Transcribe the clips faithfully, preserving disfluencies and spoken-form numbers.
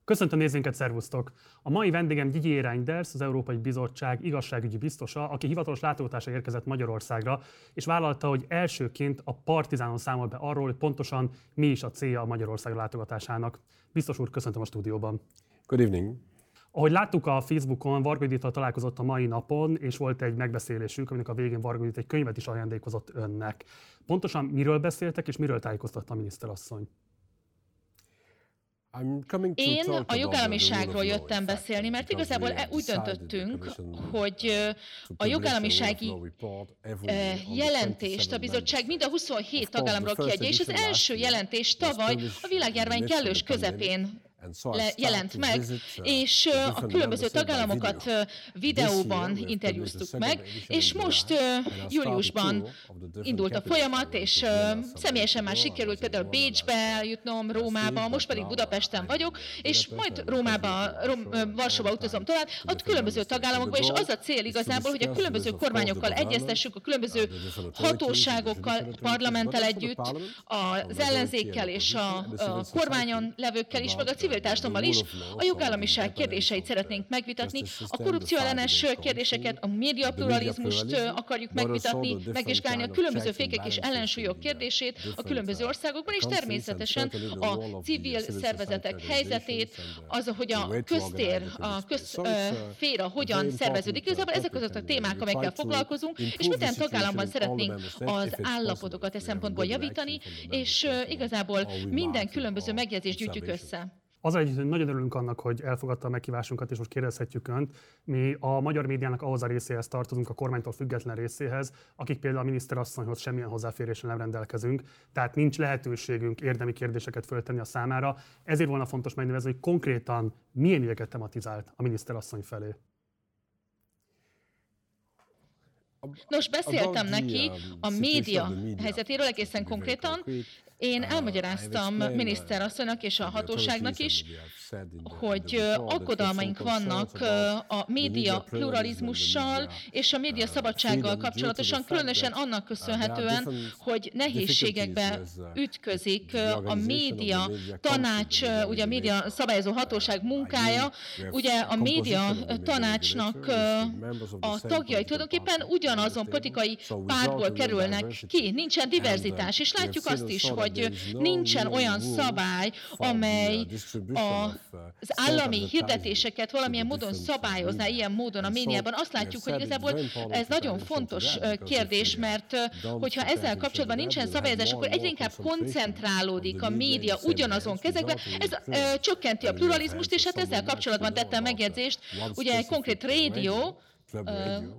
Köszöntöm nézőinket, szervusztok! A mai vendégem Didier Reynders, az Európai Bizottság igazságügyi biztosa, aki hivatalos látogatásra érkezett Magyarországra, és vállalta, hogy elsőként a Partizánon számol be arról, hogy pontosan mi is a célja a Magyarországra látogatásának. Biztos úr, köszöntöm a stúdióban. Good evening. Ahogy láttuk a Facebookon, Varga Judittal találkozott a mai napon, és volt egy megbeszélésünk, aminek a végén Varga Judit egy könyvet is ajándékozott önnek. Pontosan miről beszéltek, és miről tájékoztatta a miniszterasszony? Én a jogállamiságról jöttem beszélni, mert igazából úgy döntöttünk, hogy a jogállamisági jelentést a bizottság mind a huszonhét tagállamról kiadja, és az első jelentés tavaly a világjárvány kellős közepén jelent meg, és a különböző tagállamokat videóban interjúztuk meg, és most júliusban indult a folyamat, és személyesen már sikerült például Bécsbe eljutnom, Rómába, most pedig Budapesten vagyok, és majd Rómába, Róm, Varsóba utazom tovább, a különböző tagállamokba, és az a cél igazából, hogy a különböző kormányokkal egyeztessük, a különböző hatóságokkal, parlamenttel együtt, az ellenzékkel és a, a kormányon levőkkel is, meg a civil társadalommal is a jogállamiság kérdéseit szeretnénk megvitatni, a korrupció ellenes kérdéseket, a médiapluralizmust akarjuk megvitatni, megvizsgálni a különböző fékek és ellensúlyok kérdését a különböző országokban, és természetesen a civil szervezetek helyzetét, az, hogy a köztér, a közféra hogyan szerveződik. Igazából ezek azok a témák, amelyekkel foglalkozunk, és minden tagállamban szeretnénk az állapotokat e szempontból javítani, és igazából minden különböző megjegyzést gyűjtjük össze. Az egy nagyon örülünk annak, hogy elfogadta a meghívásunkat, és most kérdezhetjük Önt. Mi a magyar médiának ahhoz a részéhez tartozunk, a kormánytól független részéhez, akik például a miniszterasszonyhoz semmilyen hozzáférésre nem rendelkezünk, tehát nincs lehetőségünk érdemi kérdéseket föltenni a számára. Ezért volna fontos megnevezni, hogy konkrétan milyen ügyeket tematizált a miniszterasszony felé. Nos, beszéltem neki a média helyzetéről egészen konkrétan. Én elmagyaráztam miniszterasszonynak és a hatóságnak is, hogy aggodalmaink vannak a média pluralizmussal és a média szabadsággal kapcsolatosan, különösen annak köszönhetően, hogy nehézségekbe ütközik a média tanács, ugye a média szabályozó hatóság munkája. Ugye a média tanácsnak a tagjai tulajdonképpen ugyanazon politikai pártból kerülnek ki, nincsen diverzitás, és látjuk azt is, hogy hogy nincsen olyan szabály, amely a, az állami hirdetéseket valamilyen módon szabályozná, ilyen módon a médiában. Azt látjuk, hogy igazából ez nagyon fontos kérdés, mert hogyha ezzel kapcsolatban nincsen szabályozás, akkor egyre inkább koncentrálódik a média ugyanazon kezekbe. Ez ö, csökkenti a pluralizmust, és hát ezzel kapcsolatban tettem megjegyzést, ugye egy konkrét rádió, Ö,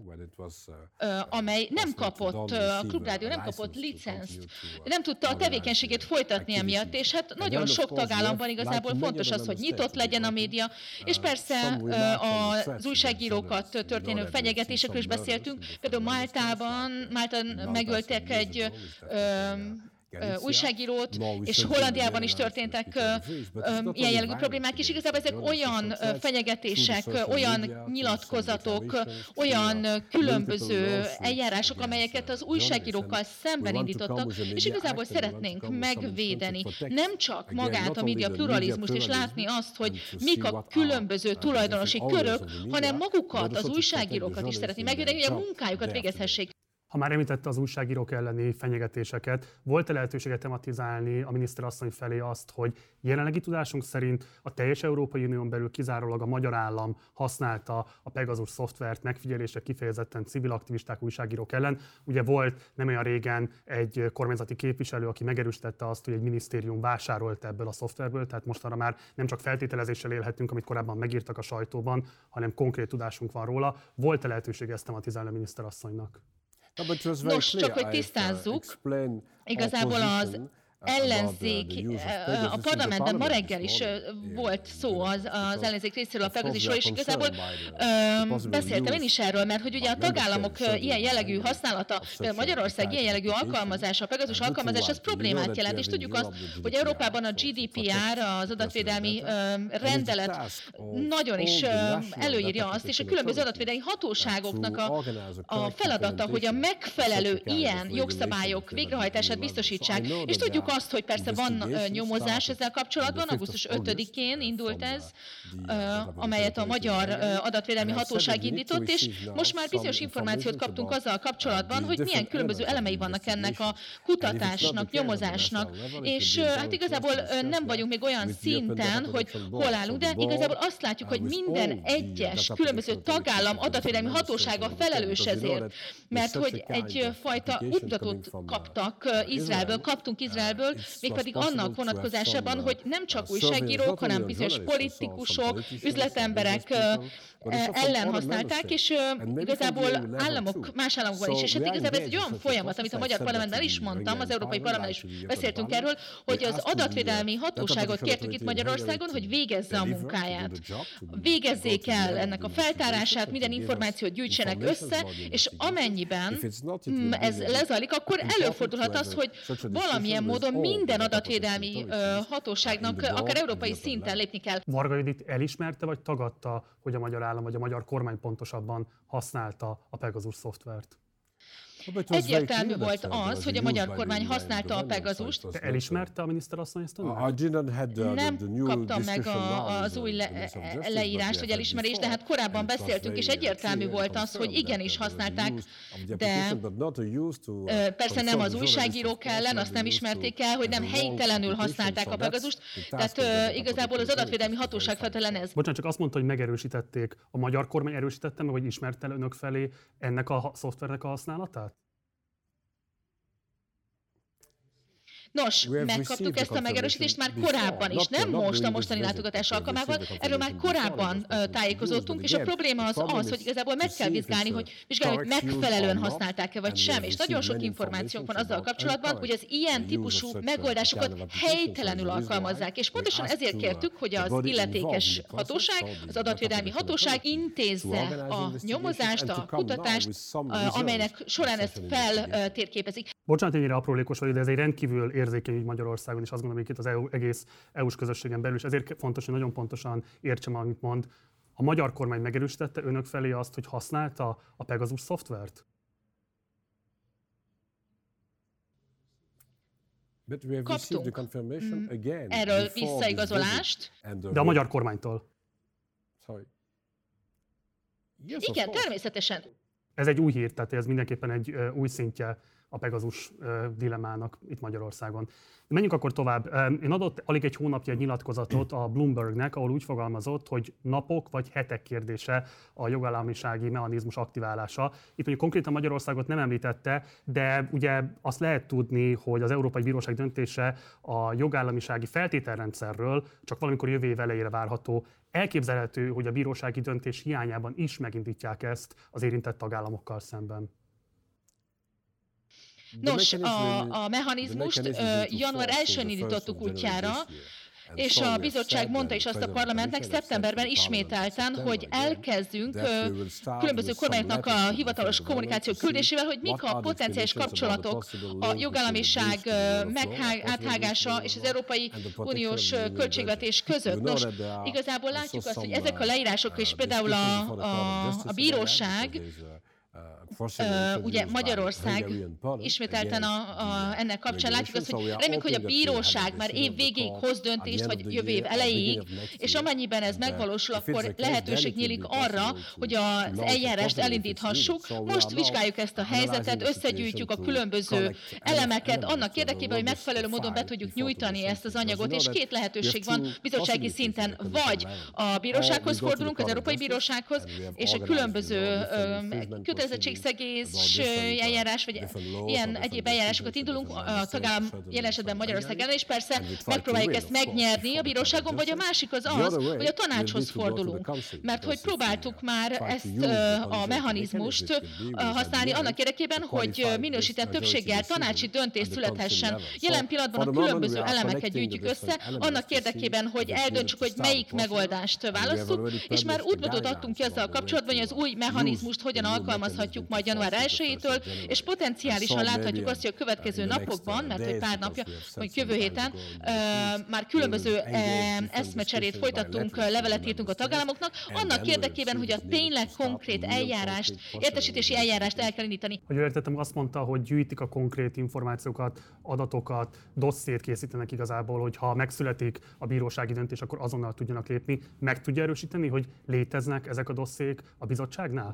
ö, amely nem kapott, a Klubrádió nem kapott licenszt, nem tudta a tevékenységét folytatni emiatt, és hát nagyon sok tagállamban igazából fontos az, hogy nyitott legyen a média, és persze az újságírókat történő fenyegetésekről is beszéltünk, például Máltában, Máltán megöltek egy ö, újságírót, és Hollandiában is történtek ilyen jellegű problémák, és igazából ezek olyan fenyegetések, olyan nyilatkozatok, olyan különböző eljárások, amelyeket az újságírókkal szemben indítottak, és igazából szeretnénk megvédeni nem csak magát a média pluralizmust, és látni azt, hogy mik a különböző tulajdonosi körök, hanem magukat, az újságírókat is szeretnénk megvédeni, hogy a munkájukat végezhessék. Ha már említette az újságírók elleni fenyegetéseket, volt-e lehetősége tematizálni a miniszterasszony felé azt, hogy jelenlegi tudásunk szerint a teljes Európai Unión belül kizárólag a magyar állam használta a Pegasus szoftvert megfigyelésre kifejezetten civil aktivisták, újságírók ellen? Ugye volt nem olyan régen egy kormányzati képviselő, aki megerősítette azt, hogy egy minisztérium vásárolt ebből a szoftverből, tehát mostanra már nem csak feltételezéssel élhetünk, amit korábban megírtak a sajtóban, hanem konkrét tudásunk van róla. Volt-e lehetősége ezt tematizálni a miniszterasszonynak? Nos, csak hogy tisztázzuk, igazából az ellenzék, a parlamentben ma reggel is volt szó az, az ellenzék részéről a Pegasusról, és igazából ö, beszéltem én is erről, mert hogy ugye a tagállamok ilyen jellegű használata, például Magyarország ilyen jellegű alkalmazása, a Pegasus alkalmazás, az problémát jelent, és tudjuk azt, hogy Európában a gé dé pé er, az adatvédelmi ö, rendelet nagyon is ö, előírja azt, és a különböző adatvédelmi hatóságoknak a, a feladata, hogy a megfelelő ilyen jogszabályok végrehajtását biztosítsák, és tudjuk azt, hogy persze van nyomozás ezzel kapcsolatban, augusztus ötödikén indult ez, amelyet a Magyar Adatvédelmi Hatóság indított, és most már bizonyos információt kaptunk azzal kapcsolatban, hogy milyen különböző elemei vannak ennek a kutatásnak, nyomozásnak, és hát igazából nem vagyunk még olyan szinten, hogy hol állunk, de igazából azt látjuk, hogy minden egyes különböző tagállam adatvédelmi hatósága felelős ezért, mert hogy egyfajta útmutatót kaptak Izraelből, kaptunk Izraelből, mégpedig annak vonatkozásában, hogy nem csak újságírók, hanem bizonyos politikusok, üzletemberek ellen használták, és igazából államok, más államokban is. És hát igazából ez egy olyan folyamat, amit a Magyar Parlamentben is mondtam, az Európai Parlamentben is beszéltünk erről, hogy az adatvédelmi hatóságot kértük itt Magyarországon, hogy végezze a munkáját. Végezzék el ennek a feltárását, minden információt gyűjtsenek össze, és amennyiben ez lezajlik, akkor előfordulhat az, hogy valamilyen módon minden adatvédelmi hatóságnak, akár európai szinten lépni kell. Varga Judit elismerte vagy tagadta, hogy a magyar állam vagy a magyar kormány pontosabban használta a Pegasus szoftvert? Egyértelmű volt az, hogy a magyar kormány használta a Pegazust. De elismerte a miniszterasszony ezt? Nem kaptam meg a, az új le, leírást, vagy elismerést, de hát korábban beszéltünk, és egyértelmű volt az, hogy igenis használták, de persze nem az újságírók ellen, azt nem ismerték el, hogy nem helytelenül használták a Pegazust, tehát igazából az adatvédelmi hatóság feltelen ez. Bocsánat, csak azt mondta, hogy megerősítették. A magyar kormány erősítette meg, vagy ismerte el önök felé ennek a szoftvernek a használatát? Nos, megkaptuk ezt a megerősítést már korábban is, nem most a mostani látogatás alkalmával, erről már korábban tájékozottunk, és a probléma az az, hogy igazából meg kell vizsgálni, hogy vizsgálni, hogy megfelelően használták-e vagy sem, és nagyon sok információnk van azzal kapcsolatban, hogy az ilyen típusú megoldásokat helytelenül alkalmazzák, és pontosan ezért kértük, hogy az illetékes hatóság, az adatvédelmi hatóság intézze a nyomozást, a kutatást, amelynek során ezt feltérképezik. Bocsánat, ennyire aprólékos vagy, de ez egy rendkívül érzékeny ügy Magyarországon, és azt gondolom, hogy itt az E U, egész é u-s közösségen belül, és ezért fontos, hogy nagyon pontosan értsem, amit mond. A magyar kormány megerősítette önök felé azt, hogy használta a Pegasus szoftvert? Kaptunk erről visszaigazolást. De a magyar kormánytól? Igen, természetesen. Ez egy új hír, tehát ez mindenképpen egy új szintje a Pegasus dilemmának itt Magyarországon. Menjünk akkor tovább. Én adott alig egy hónapja egy nyilatkozatot a Bloombergnek, ahol úgy fogalmazott, hogy napok vagy hetek kérdése a jogállamisági mechanizmus aktiválása. Itt mondjuk konkrétan Magyarországot nem említette, de ugye azt lehet tudni, hogy az Európai Bíróság döntése a jogállamisági feltételrendszerről csak valamikor jövő év elejére várható. Elképzelhető, hogy a bírósági döntés hiányában is megindítják ezt az érintett tagállamokkal szemben. Nos, a, a mechanizmust január elsején indítottuk útjára, és a bizottság mondta is azt a parlamentnek szeptemberben ismételten, hogy elkezdünk különböző kormányoknak a hivatalos kommunikáció küldésével, hogy mik a potenciális kapcsolatok a jogállamiság áthágása és az Európai Uniós költségvetés között. Nos, igazából látjuk azt, hogy ezek a leírások, és például a, a, a bíróság, Uh, ugye Magyarország ismételten a, a, ennek kapcsán látjuk azt, hogy reméljük, hogy a bíróság már év végéig hoz döntést, vagy jövő év elejéig, és amennyiben ez megvalósul, akkor lehetőség nyílik arra, hogy az eljárást elindíthassuk. Most vizsgáljuk ezt a helyzetet, összegyűjtjük a különböző elemeket annak érdekében, hogy megfelelő módon be tudjuk nyújtani ezt az anyagot, és két lehetőség van bizottsági szinten, vagy a bírósághoz fordulunk, az Európai Bírósághoz, és a különböző kötelezettség szegés eljárás, vagy ilyen egyéb eljárásokat indulunk, a tagállam jelen esetben Magyarország ellen, és persze megpróbáljuk ezt megnyerni a bíróságon, vagy a másik az az, hogy a tanácshoz fordulunk. Mert hogy próbáltuk már ezt a mechanizmust használni annak érdekében, hogy minősített többséggel tanácsi döntés születhessen. Jelen pillanatban a különböző elemeket gyűjtjük össze, annak érdekében, hogy eldöntsük, hogy melyik megoldást választjuk, és már útmutatót adtunk ki azzal kapcsolatban, hogy az új mechanizmust hogyan alkalmazni alkalmazhatjuk majd január elsejétől, és potenciálisan láthatjuk azt, hogy a következő napokban, mert egy pár napja, vagy jövő héten már különböző eszmecserét folytattunk, levelet írtunk a tagállamoknak, annak érdekében, hogy a tényleg konkrét eljárást, értesítési eljárást el kell indítani. Hogy értettem, azt mondta, hogy gyűjtik a konkrét információkat, adatokat, dossziét készítenek igazából, hogy ha megszületik a bírósági döntés, akkor azonnal tudjanak lépni. Meg tudja erősíteni, hogy léteznek ezek a dossziék a bizottságnál?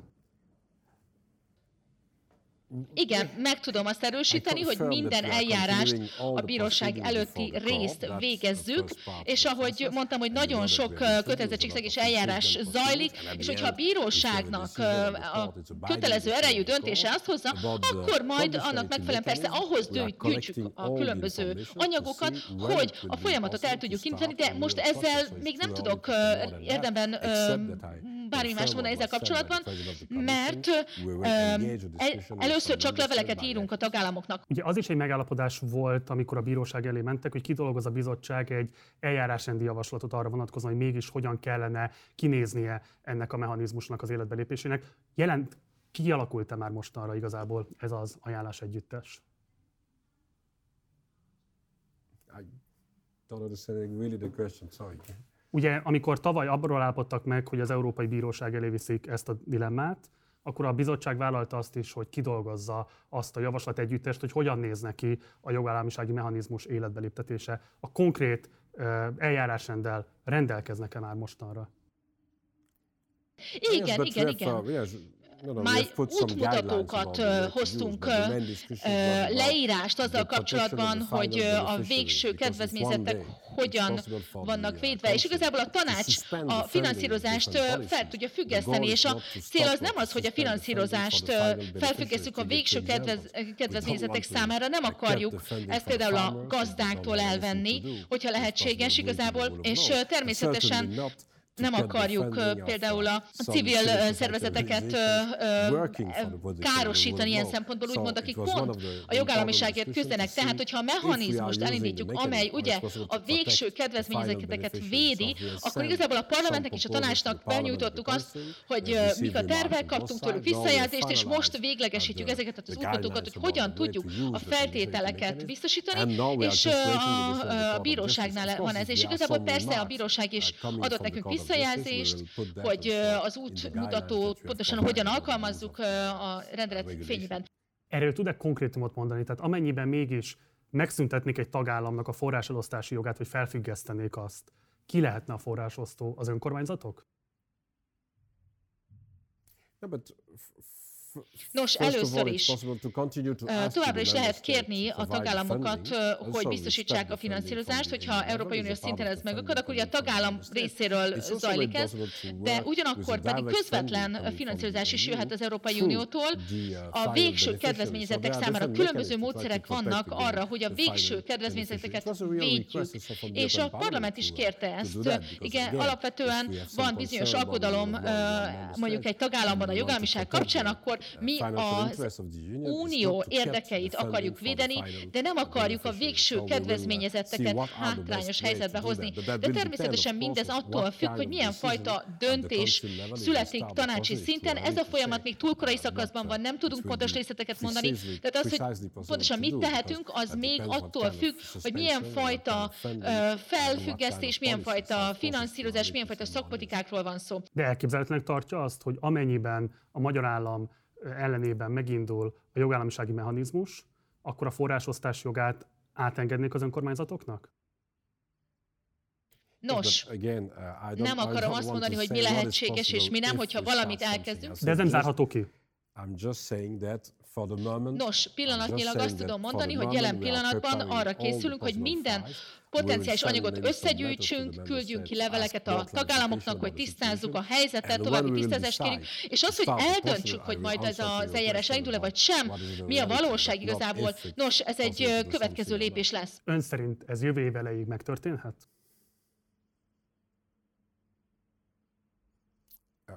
Igen, meg tudom azt erősíteni, hogy minden eljárást a bíróság előtti részt végezzük, és ahogy mondtam, hogy nagyon sok kötelezettségszegési eljárás zajlik, és hogyha a bíróságnak a kötelező erejű döntése azt hozza, akkor majd annak megfelelően persze ahhoz gyűjtjük a különböző anyagokat, hogy a folyamatot el tudjuk indítani, de most ezzel még nem tudok érdemben bármi más mondani ezzel kapcsolatban, mert először csak leveleket írunk a tagállamoknak. Ugye az is egy megállapodás volt, amikor a bíróság elé mentek, hogy kidolgoz a bizottság egy eljárásrendi javaslatot arra vonatkozóan, hogy mégis hogyan kellene kinéznie ennek a mechanizmusnak az életbelépésének. Jelent, kialakult-e már mostanra igazából ez az ajánlás együttes? Ugye, amikor tavaly abról állapodtak meg, hogy az Európai Bíróság elé viszik ezt a dilemmát, akkor a bizottság vállalta azt is, hogy kidolgozza azt a javaslat együttest, hogy hogyan néz neki a jogállamisági mechanizmus életbeléptetése. A konkrét uh, eljárásrenddel rendelkeznek-e már mostanra? Igen, yes, igen, igen. Uh, yes. Már útmutatókat hoztunk, leírást azzal kapcsolatban, hogy a végső kedvezményezettek hogyan vannak védve. És igazából a tanács a finanszírozást fel tudja függeszteni, és a cél az nem az, hogy a finanszírozást felfüggesszük a végső kedvez, kedvezményezettek számára, nem akarjuk ezt például a gazdáktól elvenni, hogyha lehetséges igazából, és természetesen nem akarjuk uh, például a civil uh, szervezeteket uh, uh, károsítani ilyen szempontból, úgymond, akik pont a jogállamiságért küzdenek. Tehát, hogyha a mechanizmust elindítjuk, amely ugye a végső kedvezményezeteket védi, akkor igazából a parlamentnek és a tanácsnak benyújtottuk azt, hogy uh, mik a tervek, kaptunk tőlük visszajelzést, és most véglegesítjük ezeket az útmutatókat, hogy hogyan tudjuk a feltételeket biztosítani, és uh, a, a bíróságnál van ez. És igazából persze a bíróság is adott nekünk visszajelzést, visszajelzést, hogy az útmutatót pontosan hogyan alkalmazzuk a rendelet fényében. Erről tud-e konkrétumot mondani? Tehát amennyiben mégis megszüntetnék egy tagállamnak a forráselosztási jogát, vagy felfüggesztenék azt, ki lehetne a forrásosztó? Az önkormányzatok? Nos, először is továbbra is lehet kérni a tagállamokat, hogy biztosítsák a finanszírozást, hogyha Európai Uniós szinten ez megakad, akkor ugye a tagállam részéről zajlik ez, de ugyanakkor pedig közvetlen finanszírozás is jöhet az Európai Uniótól. A végső kedvezményezettek számára különböző módszerek vannak arra, hogy a végső kedvezményezetteket védjük. És a parlament is kérte ezt. Igen, alapvetően van bizonyos alkodalom mondjuk egy tagállamban a jogállamiság kapcsán, akkor mi az unió érdekeit akarjuk védeni, de nem akarjuk a végső kedvezményezetteket hátrányos helyzetbe hozni. De természetesen mindez attól függ, hogy milyen fajta döntés születik tanácsi szinten. Ez a folyamat még túl korai szakaszban van, nem tudunk pontos részleteket mondani. Tehát az, hogy pontosan mit tehetünk, az még attól függ, hogy milyen fajta felfüggesztés, milyen fajta finanszírozás, milyen fajta szakpolitikákról van szó. De elképzelhetőnek tartja azt, hogy amennyiben a magyar állam ellenében megindul a jogállamisági mechanizmus, akkor a forrásosztás jogát átengednék az önkormányzatoknak? Nos, nem akarom azt mondani, hogy mi lehetséges és mi nem, hogyha valamit elkezdünk. De ez nem zárható ki. Nos, pillanatnyilag azt tudom mondani, hogy jelen pillanatban arra készülünk, hogy minden potenciális anyagot összegyűjtsünk, küldjünk ki leveleket a tagállamoknak, hogy tisztázzuk a helyzetet, további tisztázást kérjük, és az, hogy eldöntsük, hogy majd ez az eljárás elindul-e vagy sem, mi a valóság igazából, nos, ez egy következő lépés lesz. Ön szerint ez jövő év elejéig megtörténhet?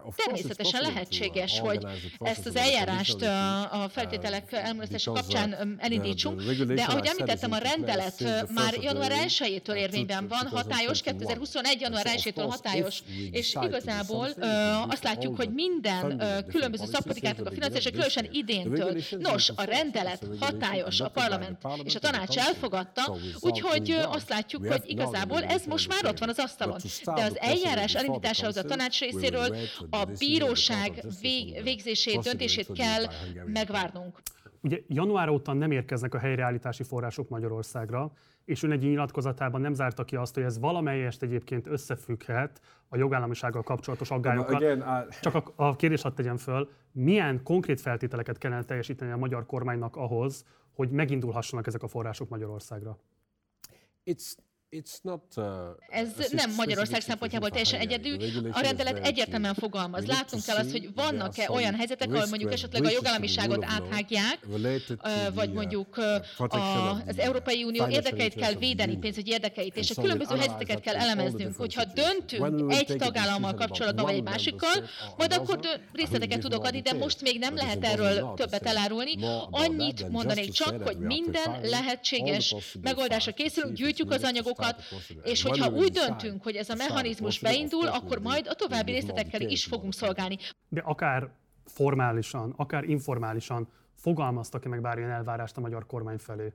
Természetesen lehetséges, hogy ezt az eljárást a feltételek elmulasztása kapcsán elindítsunk, de ahogy említettem, a rendelet már január elsejétől érvényben van, hatályos, kétezer-huszonegy. január elsejétől hatályos, és igazából azt látjuk, hogy minden különböző szakpolitikáknak a finanszírozása, különösen idéntől. Nos, a rendelet hatályos, a parlament és a tanács elfogadta, úgyhogy azt látjuk, hogy igazából ez most már ott van az asztalon. De az eljárás elindításához a tanács részéről a bíróság végzését, döntését kell megvárnunk. Ugye január óta nem érkeznek a helyreállítási források Magyarországra, és ön egy nyilatkozatában nem zárta ki azt, hogy ez valamelyest egyébként összefügghet a jogállamisággal kapcsolatos aggályokkal. Csak a, a kérdést hadd tegyem föl, milyen konkrét feltételeket kellene teljesíteni a magyar kormánynak ahhoz, hogy megindulhassanak ezek a források Magyarországra? It's... Not, uh, Ez nem Magyarország szempontjából teljesen egyedül. A rendelet egyértelműen fogalmaz. Látnunk kell azt, hogy vannak-e olyan helyzetek, ahol mondjuk esetleg a jogállamiságot áthágják, vagy mondjuk az Európai Unió érdekeit kell védeni, pénzügyi érdekeit, és a különböző helyzeteket kell elemeznünk. Hogyha döntünk egy tagállammal kapcsolatban, vagy egy másikkal, majd akkor részleteket tudok adni, de most még nem lehet erről többet elárulni. Annyit mondanék csak, hogy minden lehetséges megoldásra készülünk, gyűjtjük az anyagokat, és hogyha úgy döntünk, hogy ez a mechanizmus beindul, akkor majd a további részletekkel is fogunk szolgálni. De akár formálisan, akár informálisan fogalmaztak-e meg bármilyen elvárást a magyar kormány felé?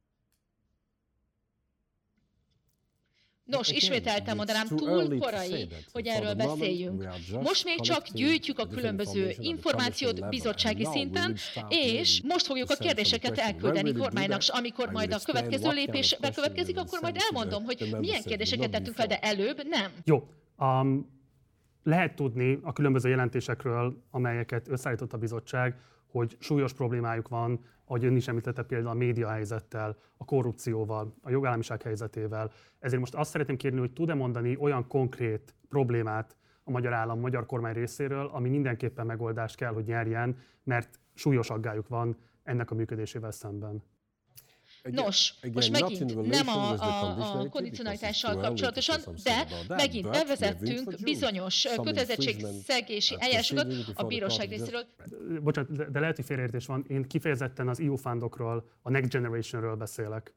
Nos, ismételtem mondanám, túl korai, hogy erről beszéljünk. Most még csak gyűjtjük a különböző információt bizottsági szinten, és most fogjuk a kérdéseket elküldeni kormánynak, és amikor majd a következő lépés bekövetkezik, akkor majd elmondom, hogy milyen kérdéseket tettünk fel, de előbb nem. Jó. Um, lehet tudni a különböző jelentésekről, amelyeket összeállított a bizottság, hogy súlyos problémájuk van, ahogy ön is említette, például a média helyzettel, a korrupcióval, a jogállamiság helyzetével. Ezért most azt szeretném kérni, hogy tud-e mondani olyan konkrét problémát a magyar állam, magyar kormány részéről, ami mindenképpen megoldást kell, hogy nyerjen, mert súlyos aggályuk van ennek a működésével szemben. Nos, most megint nem a, a, a kondicionalitással kapcsolatosan, de megint bevezettünk bizonyos kötelezettségszegési eljárásokat a bíróság részéről. Bocsánat, de lehet, hogy félreértés van. Én kifejezetten az é u fundokról, a Next Generationről beszélek.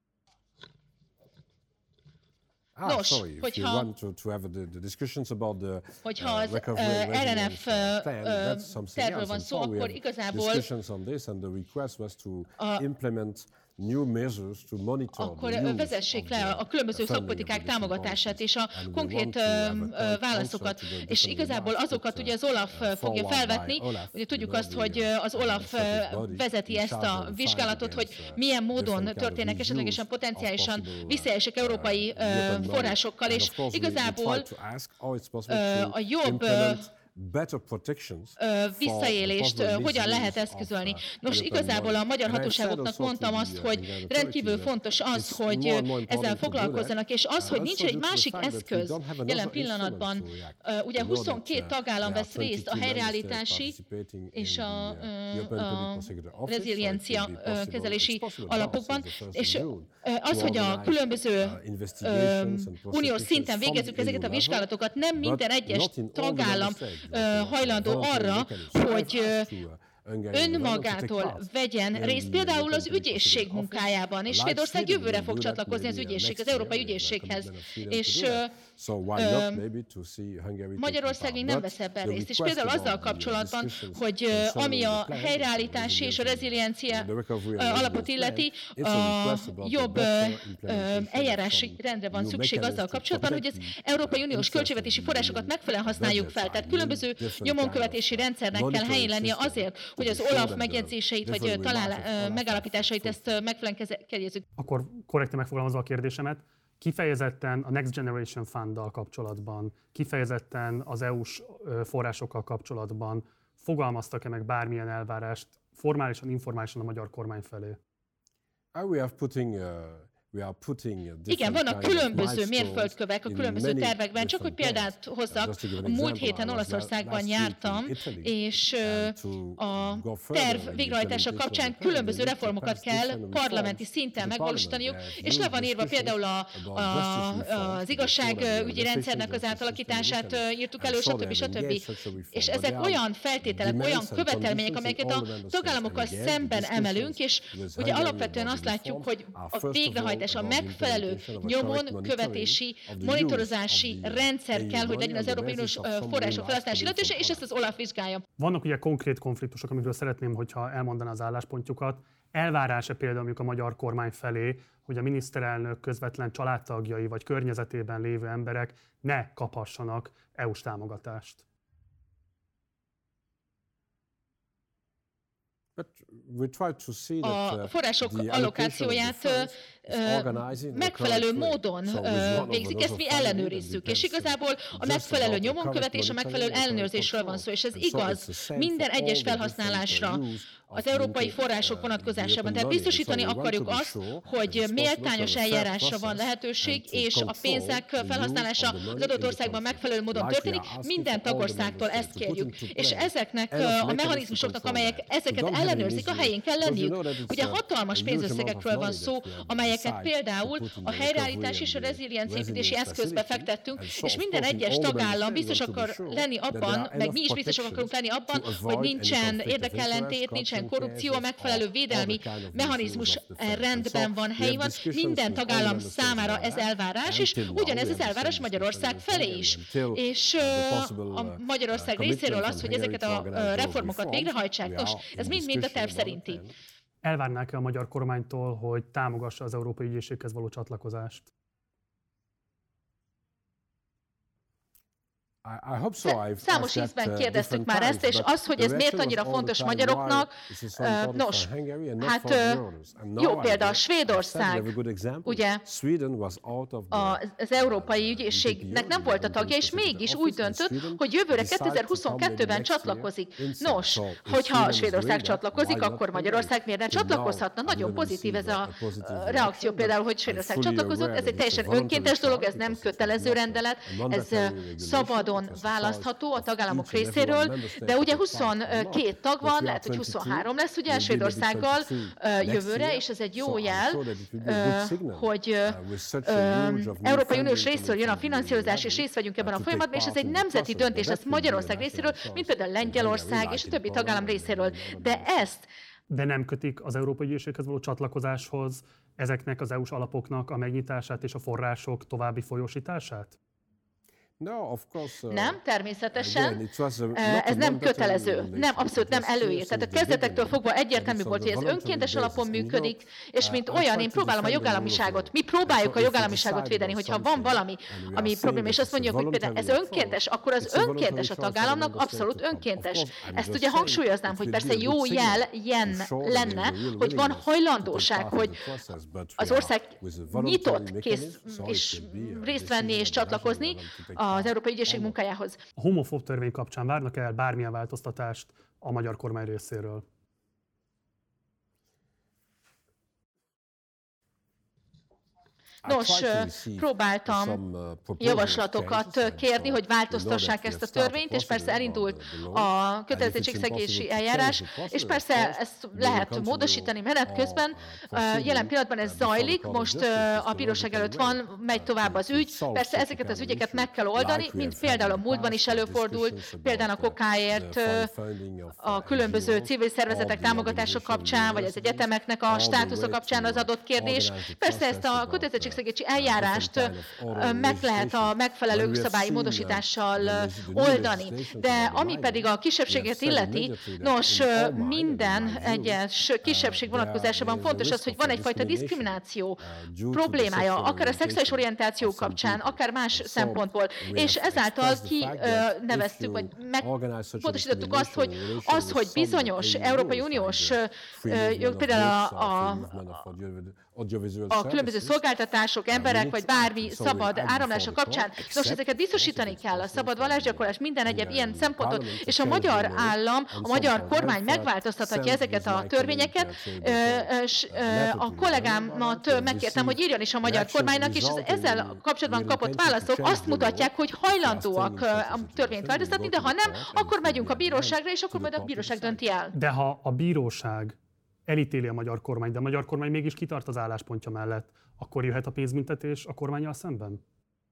Ah, Nos, sorry, hogyha, to, to have the, the discussions about the, hogyha az uh, er en ef uh, tervről van szó, akkor igazából akkor vezessék le a különböző szakpolitikák támogatását és a konkrét válaszokat. És igazából azokat ugye az OLAF fogja felvetni, ugye tudjuk azt, hogy az OLAF vezeti ezt a vizsgálatot, hogy milyen módon történnek esetlegesen potenciálisan visszaélések európai forrásokkal, és igazából a jobb visszaélést hogyan lehet eszközölni. Nos, igazából a magyar hatóságoknak mondtam azt, hogy rendkívül fontos az, hogy ezzel foglalkozzanak, és az, hogy nincs egy másik eszköz jelen pillanatban. Ugye huszonkét tagállam vesz részt a helyreállítási és a, a reziliencia kezelési alapokban, és az, hogy a különböző uniós szinten végezzük ezeket a vizsgálatokat, nem minden egyes tagállam hajlandó arra, hogy önmagától vegyen részt például az ügyészség munkájában, és Svédország jövőre fog csatlakozni az ügyészség, az Európai Ügyészséghez. És ö, Magyarország még nem vesz ebben részt. És például azzal kapcsolatban, hogy ami a helyreállítási és a reziliencia alapot illeti, a jobb eljárási rendre van szükség azzal kapcsolatban, hogy az Európai Uniós költségvetési forrásokat megfelelően használjuk fel. Tehát különböző nyomonkövetési rendszernek kell helyén lennie azért, hogy az OLAF megjegyzéseit vagy talál, megállapításait ezt megfelelően kérjézzük. Akkor korrektan megfogalmazva a kérdésemet, kifejezetten a Next Generation Funddal kapcsolatban, kifejezetten az é u-s forrásokkal kapcsolatban fogalmaztak-e meg bármilyen elvárást formálisan, informálisan a magyar kormány felé? We are putting, uh... Igen, vannak különböző mérföldkövek a különböző tervekben, csak hogy példát hozzak, a múlt héten Olaszországban jártam, és a terv végrehajtása kapcsán különböző reformokat kell parlamenti szinten megvalósítaniuk, és le van írva például a, a, az igazságügyi rendszernek az átalakítását írtuk elő, stb. stb. És ezek olyan feltételek, olyan követelmények, amelyeket a tagállamokkal szemben emelünk, és ugye alapvetően azt látjuk, hogy a végrehajtás, a megfelelő nyomon követési, monitorozási rendszer kell, hogy legyen az Európai Uniós források felhasználási lehetőség, és ezt az OLAF vizsgálja. Vannak ugye konkrét konfliktusok, amikről szeretném, hogyha elmondaná az álláspontjukat. Elvárása például mondjuk a magyar kormány felé, hogy a miniszterelnök közvetlen családtagjai vagy környezetében lévő emberek ne kaphassanak é u-s támogatást? A források allokációját megfelelő módon végzik, ezt mi ellenőrizzük, és igazából a megfelelő nyomonkövetés, a megfelelő ellenőrzésről van szó, és ez igaz minden egyes felhasználásra az európai források vonatkozásában. Tehát biztosítani akarjuk azt, hogy méltányos eljárásra van lehetőség, és a pénzek felhasználása az adott országban megfelelő módon történik. Minden tagországtól ezt kérjük. És ezeknek a mechanizmusoknak, amelyek ezeket ellenőrzik, a helyén kell lenniük. Ugye hatalmas pénzösszegekről van szó, amelyeket például a helyreállítás és a rezilienciaépítési eszközbe fektettünk, és minden egyes tagállam biztos akar lenni abban, meg mi is biztosak akarunk lenni abban, hogy nincsen érdekellentét, nincsen korrupció, a megfelelő védelmi mechanizmus rendben van, helyén van. Minden tagállam számára ez elvárás, és ugyanez az elvárás Magyarország felé is. És a Magyarország részéről az, hogy ezeket a reformokat végrehajtsák, nos, ez mind-mind a terv szerinti. Elvárnák-e a magyar kormánytól, hogy támogassa az Európai Ügyészséghez való csatlakozást? Számos ízben kérdeztük már ezt, és az, hogy ez miért annyira fontos magyaroknak, nos, hát jó példa, Svédország, ugye az Európai Ügyészségnek nem volt a tagja, és mégis úgy döntött, hogy jövőre kétezer-huszonkettőben csatlakozik. Nos, hogyha Svédország csatlakozik, akkor Magyarország miért nem csatlakozhatna? Nagyon pozitív ez a reakció például, hogy Svédország csatlakozott, ez egy teljesen önkéntes dolog, ez nem kötelező rendelet, ez szabadon választható a tagállamok részéről, de ugye huszonkét tag van, lehet, hogy huszonhárom lesz ugye Svédországgal jövőre, és ez egy jó jel, hogy Európai Uniós részről jön a finanszírozás, és részt vegyünk ebben a folyamatban, és ez egy nemzeti döntés lesz Magyarország részéről, mint például Lengyelország és a többi tagállam részéről. De ezt De nem kötik az Európai Ügyészséghez való csatlakozáshoz ezeknek az é u-s alapoknak a megnyitását és a források további folyósítását? Nem, természetesen. Ez nem kötelező. Nem, abszolút nem előír. Tehát a kezdetektől fogva egyértelmű volt, hogy ez önkéntes alapon működik, és mint olyan, én próbálom a jogállamiságot, mi próbáljuk a jogállamiságot védeni, hogyha van valami, ami probléma, és azt mondjuk, hogy például ez önkéntes, akkor az önkéntes a tagállamnak, abszolút önkéntes. Ezt ugye hangsúlyoznám, hogy persze jó jel jen lenne, hogy van hajlandóság, hogy az ország nyitott, kész és részt venni és csatlakozni az Európai Ügyészség munkájához. A homofób törvény kapcsán várnak el bármilyen változtatást a magyar kormány részéről? Nos, próbáltam javaslatokat kérni, hogy változtassák ezt a törvényt, és persze elindult a kötelezettségszegési eljárás, és persze ezt lehet módosítani menet közben. Jelen pillanatban ez zajlik, most a bíróság előtt van, megy tovább az ügy. Persze ezeket az ügyeket meg kell oldani, mint például a múltban is előfordult, például a kokáért, a különböző civil szervezetek támogatása kapcsán, vagy az egyetemeknek a státusza kapcsán az adott kérdés. Persze ezt a kötelezettség szegési eljárást meg lehet a megfelelő szabályi módosítással oldani. De ami pedig a kisebbséget illeti, nos, minden egyes kisebbség vonatkozásában fontos az, hogy van egyfajta diszkrimináció problémája, akár a szexuális orientáció kapcsán, akár más szempontból. És ezáltal kineveztük, vagy megmódosítottuk azt, hogy az, hogy bizonyos Európai Uniós, például a, a a különböző szolgáltatások, emberek, vagy bármi szabad áramlása kapcsán. Nos, ezeket biztosítani kell, a szabad vallásgyakorlás, minden egyéb ilyen szempontot, és a magyar állam, a magyar kormány megváltoztathatja ezeket a törvényeket. A kollégámat megkértem, hogy írjon is a magyar kormánynak, és az ezzel kapcsolatban kapott válaszok azt mutatják, hogy hajlandóak a törvényt változtatni, de ha nem, akkor megyünk a bíróságra, és akkor majd a bíróság dönti el. De ha a bíróság elítéli a magyar kormány, de a magyar kormány mégis kitart az álláspontja mellett, akkor jöhet a pénzbüntetés a kormánnyal szemben?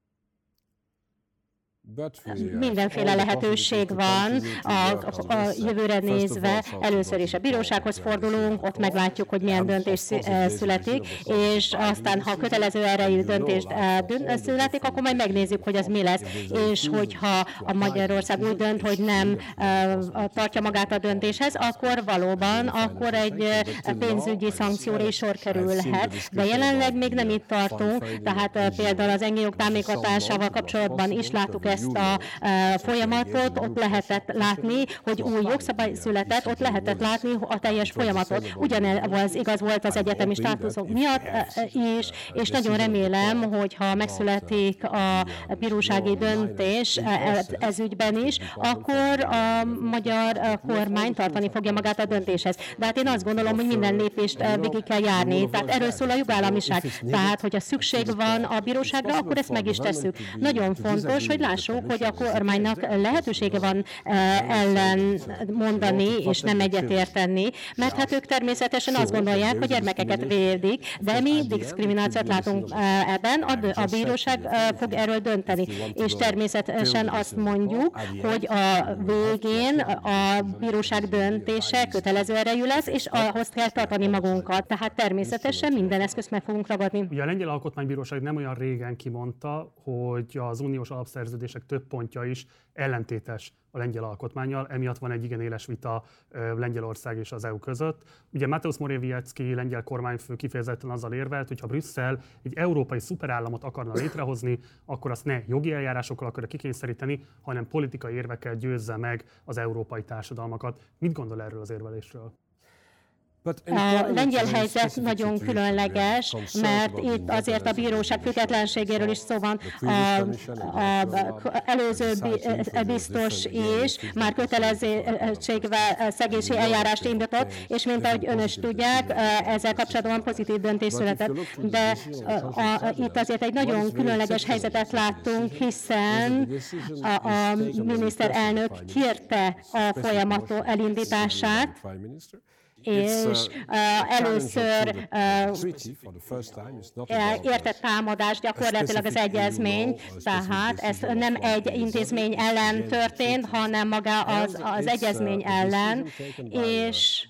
Mindenféle lehetőség van a, a, a jövőre nézve. Először is a bírósághoz fordulunk, ott meglátjuk, hogy milyen döntés születik, és aztán, ha kötelező erejű döntést születik, akkor majd megnézzük, hogy az mi lesz, és hogyha a Magyarország úgy dönt, hogy nem tartja magát a döntéshez, akkor valóban akkor egy pénzügyi szankcióra is sor kerülhet. De jelenleg még nem itt tartunk, tehát például az en gé ó-k támogatásával kapcsolatban is láttuk ezt a folyamatot, ott lehetett látni, hogy új jogszabály született, ott lehetett látni a teljes folyamatot. Ugyanez igaz volt az egyetemi státuszok miatt is, és nagyon remélem, hogy ha megszületik a bírósági döntés ez ügyben is, akkor a magyar kormány tartani fogja magát a döntéshez. De hát én azt gondolom, hogy minden lépést végig kell járni. Tehát erről szól a jogállamiság. Tehát, hogyha szükség van a bíróságra, akkor ezt meg is tesszük. Nagyon fontos, hogy lássuk, hogy a kormánynak lehetősége van ellen mondani és nem egyetérteni, mert hát ők természetesen azt gondolják, hogy gyermekeket védik, de mi diszkriminációt látunk ebben, a bíróság fog erről dönteni. És természetesen azt mondjuk, hogy a végén a bíróság döntése kötelező erejű lesz, és ahhoz kell tartani magunkat. Tehát természetesen minden eszközt meg fogunk ragadni. Ugye a Lengyel Alkotmánybíróság nem olyan régen kimondta, hogy az uniós alapszerződések több pontja is ellentétes a lengyel alkotmánnyal, emiatt van egy igen éles vita Lengyelország és az é u között. Ugye Mateusz Morawiecki lengyel kormányfő kifejezetten azzal érvelt, hogy ha Brüsszel egy európai szuperállamot akarna létrehozni, akkor azt ne jogi eljárásokkal akarja kikényszeríteni, hanem politikai érvekkel győzze meg az európai társadalmakat. Mit gondol erről az érvelésről? A lengyel helyzet nagyon különleges, mert itt azért a bíróság függetlenségéről is szó van. Az előző biztos is már kötelezettségvel szegési eljárást indított, és mint ahogy ön is tudják, ezzel kapcsolatban pozitív döntés született. De a, itt azért egy nagyon különleges helyzetet láttunk, hiszen a, a miniszterelnök kérte a folyamat elindítását, és uh, először uh, értett támadás gyakorlatilag az egyezmény, tehát ez nem egy intézmény ellen történt, hanem maga az, az egyezmény ellen, és,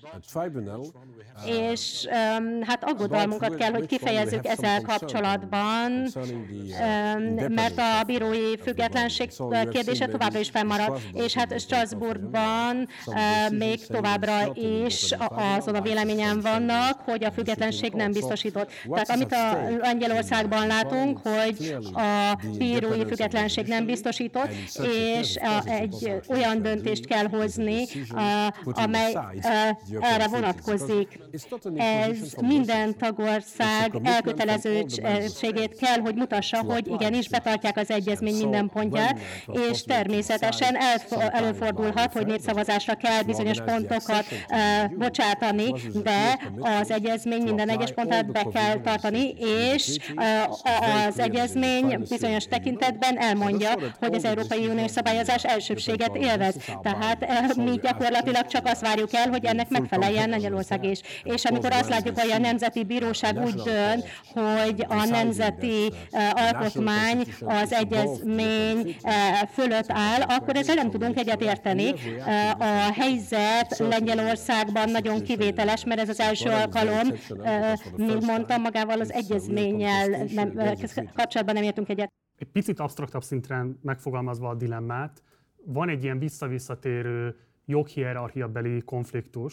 és um, hát aggodalmunkat kell, hogy kifejezzük ezzel kapcsolatban, um, mert a bírói függetlenség kérdése továbbra is fennmarad, és hát Strasbourgban uh, még továbbra is a azon a véleményen vannak, hogy a függetlenség nem biztosított. Tehát amit a Lengyelországban látunk, hogy a bírói függetlenség nem biztosított, és egy olyan döntést kell hozni, amely erre vonatkozik. Ez minden tagország elköteleződtségét kell, hogy mutassa, hogy igenis betartják az egyezmény minden pontját, és természetesen előfordulhat, hogy népszavazásra kell bizonyos pontokat bocsátani, de az egyezmény minden egyes pontát be kell tartani, és az egyezmény bizonyos tekintetben elmondja, hogy az Európai Uniós szabályozás elsőbséget élvez. Tehát mi gyakorlatilag csak azt várjuk el, hogy ennek megfeleljen Lengyelország is. És amikor azt látjuk, hogy a Nemzeti Bíróság úgy dönt, hogy a nemzeti alkotmány az egyezmény fölött áll, akkor ezzel nem tudunk egyetérteni. A helyzet Lengyelországban nagyon kivételes, mert ez az első alkalom, mint mondtam, magával az egyezménnyel nem, kapcsolatban nem értünk egyet. Egy picit absztraktabb szinten megfogalmazva a dilemmát, van egy ilyen visszavisszatérő joghierarchiabeli konfliktus,